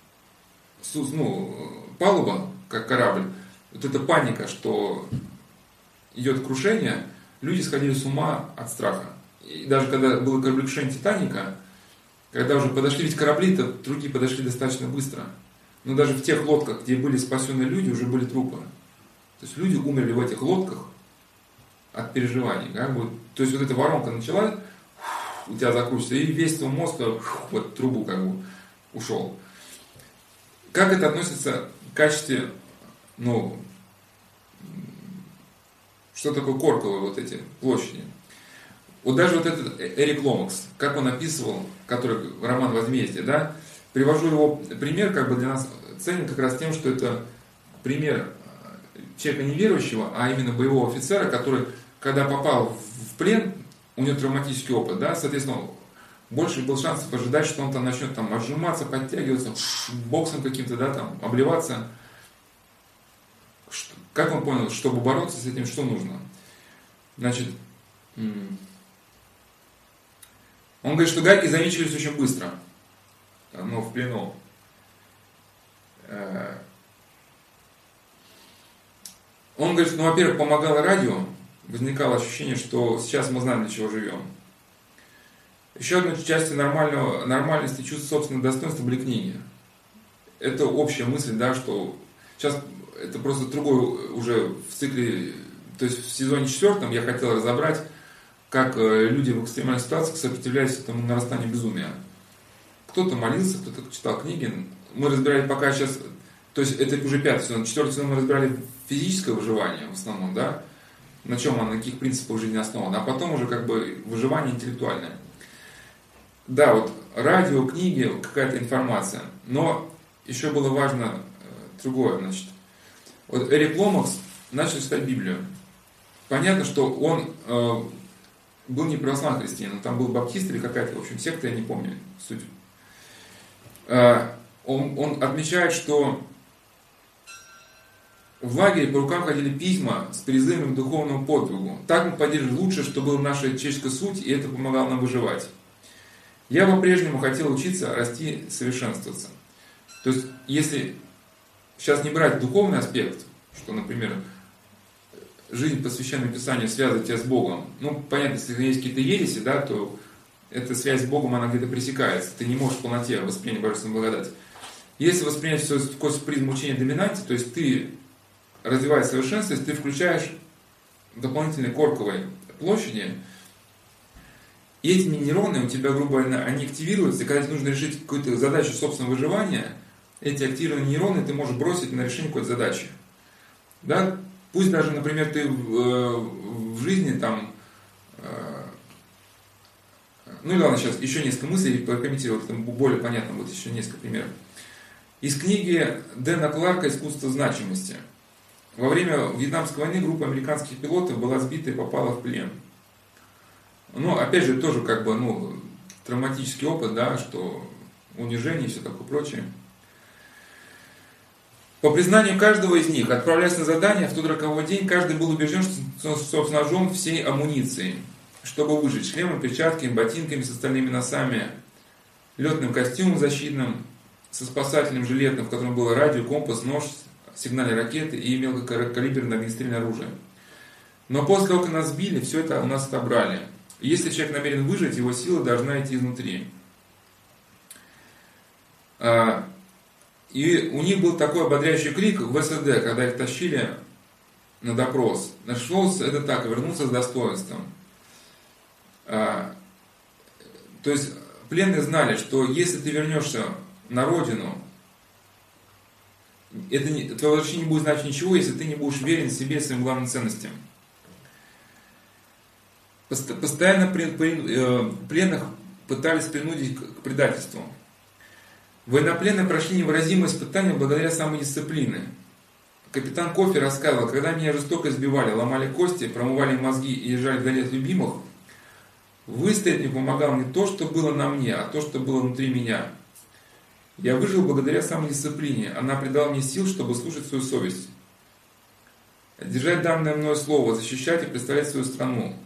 ну, палуба, как корабль, вот эта паника, что идет крушение, люди сходили с ума от страха. И даже когда было кораблекрушение «Титаника», когда уже подошли, ведь корабли-то другие подошли достаточно быстро. Но даже в тех лодках, где были спасены люди, уже были трупы. То есть люди умерли в этих лодках от переживаний. Как бы. То есть вот эта воронка началась, у тебя закрутится, и весь твой мозг вот трубу как бы ушел. Как это относится к качестве, ну, что такое корковые вот эти площади? Вот даже вот этот Эрик Ломакс, как он описывал, который роман «Возмездие», да, привожу его пример, как бы для нас ценен как раз тем, что это пример человека неверующего, а именно боевого офицера, который, когда попал в плен, у него травматический опыт, да, соответственно, больше был шансов ожидать, что он там начнет там отжиматься, подтягиваться, боксом каким-то, да, там, обливаться. Как он понял, чтобы бороться с этим, что нужно? Значит, он говорит, что гайки замечивались очень быстро, но в плену. Он говорит, ну, во-первых, помогало радио, возникало ощущение, что сейчас мы знаем, для чего живем. Еще одной частью нормального, нормальности чувства собственного достоинства были книги. Это общая мысль, да, что сейчас это просто другой уже в цикле, то есть в сезоне четвертом я хотел разобрать, как люди в экстремальных ситуациях сопротивлялись этому нарастанию безумия. Кто-то молился, кто-то читал книги. Мы разбирали пока сейчас, то есть это уже пятый сезон, четвертый сезон мы разбирали физическое выживание в основном, да, на чем оно, на каких принципах жизни основано, а потом уже как бы выживание интеллектуальное. Да, вот радио, книги, какая-то информация. Но еще было важно другое, значит. Вот Эрик Ломакс начал читать Библию. Понятно, что он э, был не православный христианин, там был баптист или какая-то, в общем, секта, я не помню суть. Э, он, он отмечает, что в лагере по рукам ходили письма с призывом к духовному подвигу. Так мы поддерживали лучшее, что была наша человеческая суть, и это помогало нам выживать. Я по-прежнему хотел учиться, расти, совершенствоваться. То есть, если сейчас не брать духовный аспект, что, например, жизнь, посвященная Писанию, связывает тебя с Богом. Ну, понятно, если есть какие-то ереси, да, то эта связь с Богом, она где-то пресекается. Ты не можешь в полноте воспринять божественную благодать. Если воспринять все сквозь призму учения доминанте, то есть ты, развивая совершенство, ты включаешь дополнительные корковые площади, и эти нейроны у тебя, грубо говоря, они активируются, и когда тебе нужно решить какую-то задачу собственного выживания, эти активированные нейроны ты можешь бросить на решение какой-то задачи. Да? Пусть даже, например, ты в, в жизни там... Ну и ладно, сейчас еще несколько мыслей прокомментирую, это более понятно будет, еще несколько примеров. Из книги Дэна Кларка «Искусство значимости». Во время Вьетнамской войны группа американских пилотов была сбита и попала в плен. Ну, опять же, тоже как бы, ну, травматический опыт, да, что унижение и все такое прочее. По признанию каждого из них, отправляясь на задание в тот роковой день, каждый был убежден, что снабжен всей амуницией, чтобы выжить шлемом, перчатками, ботинками с остальными носами, летным костюмом защитным, со спасательным жилетом, в котором было радио, компас, нож, сигнальные ракеты и мелкокалиберное огнестрельное оружие. Но после того, как нас сбили, все это у нас отобрали. Если человек намерен выжить, его сила должна идти изнутри. И у них был такой ободряющий крик в СД, когда их тащили на допрос. Нашелся это так, вернулся с достоинством. То есть пленные знали, что если ты вернешься на родину, это не, твое возвращение не будет значить ничего, если ты не будешь верен себе и своим главным ценностям. Постоянно пленных пытались принудить к предательству. Военнопленные прошли невыразимое испытание благодаря самодисциплине. Капитан Кофи рассказывал, когда меня жестоко избивали, ломали кости, промывали мозги и езжали вдали от любимых, выстоять мне помогало не то, что было на мне, а то, что было внутри меня. Я выжил благодаря самодисциплине. Она придала мне сил, чтобы слушать свою совесть. Держать данное мною слово, защищать и представлять свою страну.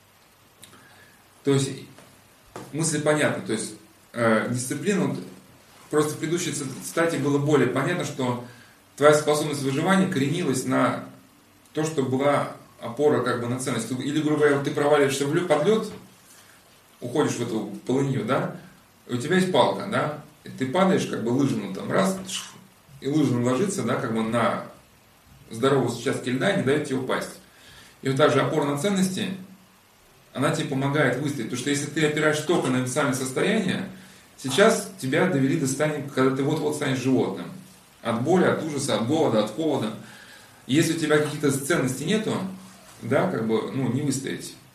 То есть, мысль понятна. То есть, э, дисциплина, просто в предыдущей цитате было более понятно, что твоя способность выживания коренилась на то, что была опора как бы на ценность. Или, грубо говоря, ты проваливаешься в под лед, уходишь в эту полынью, да, и у тебя есть палка, да, и ты падаешь, как бы лыжину там раз, и лыжина ложится, да, как бы на здоровом участке льда и не дает тебе упасть. И вот так же опора на ценности, она тебе помогает выстоять. Потому что если ты опираешься только на эмоциональное состояние, сейчас тебя довели до состояния, когда ты вот-вот станешь животным. От боли, от ужаса, от голода, от холода. И если у тебя каких-то ценностей нету, да, как бы, ну, не выстоять.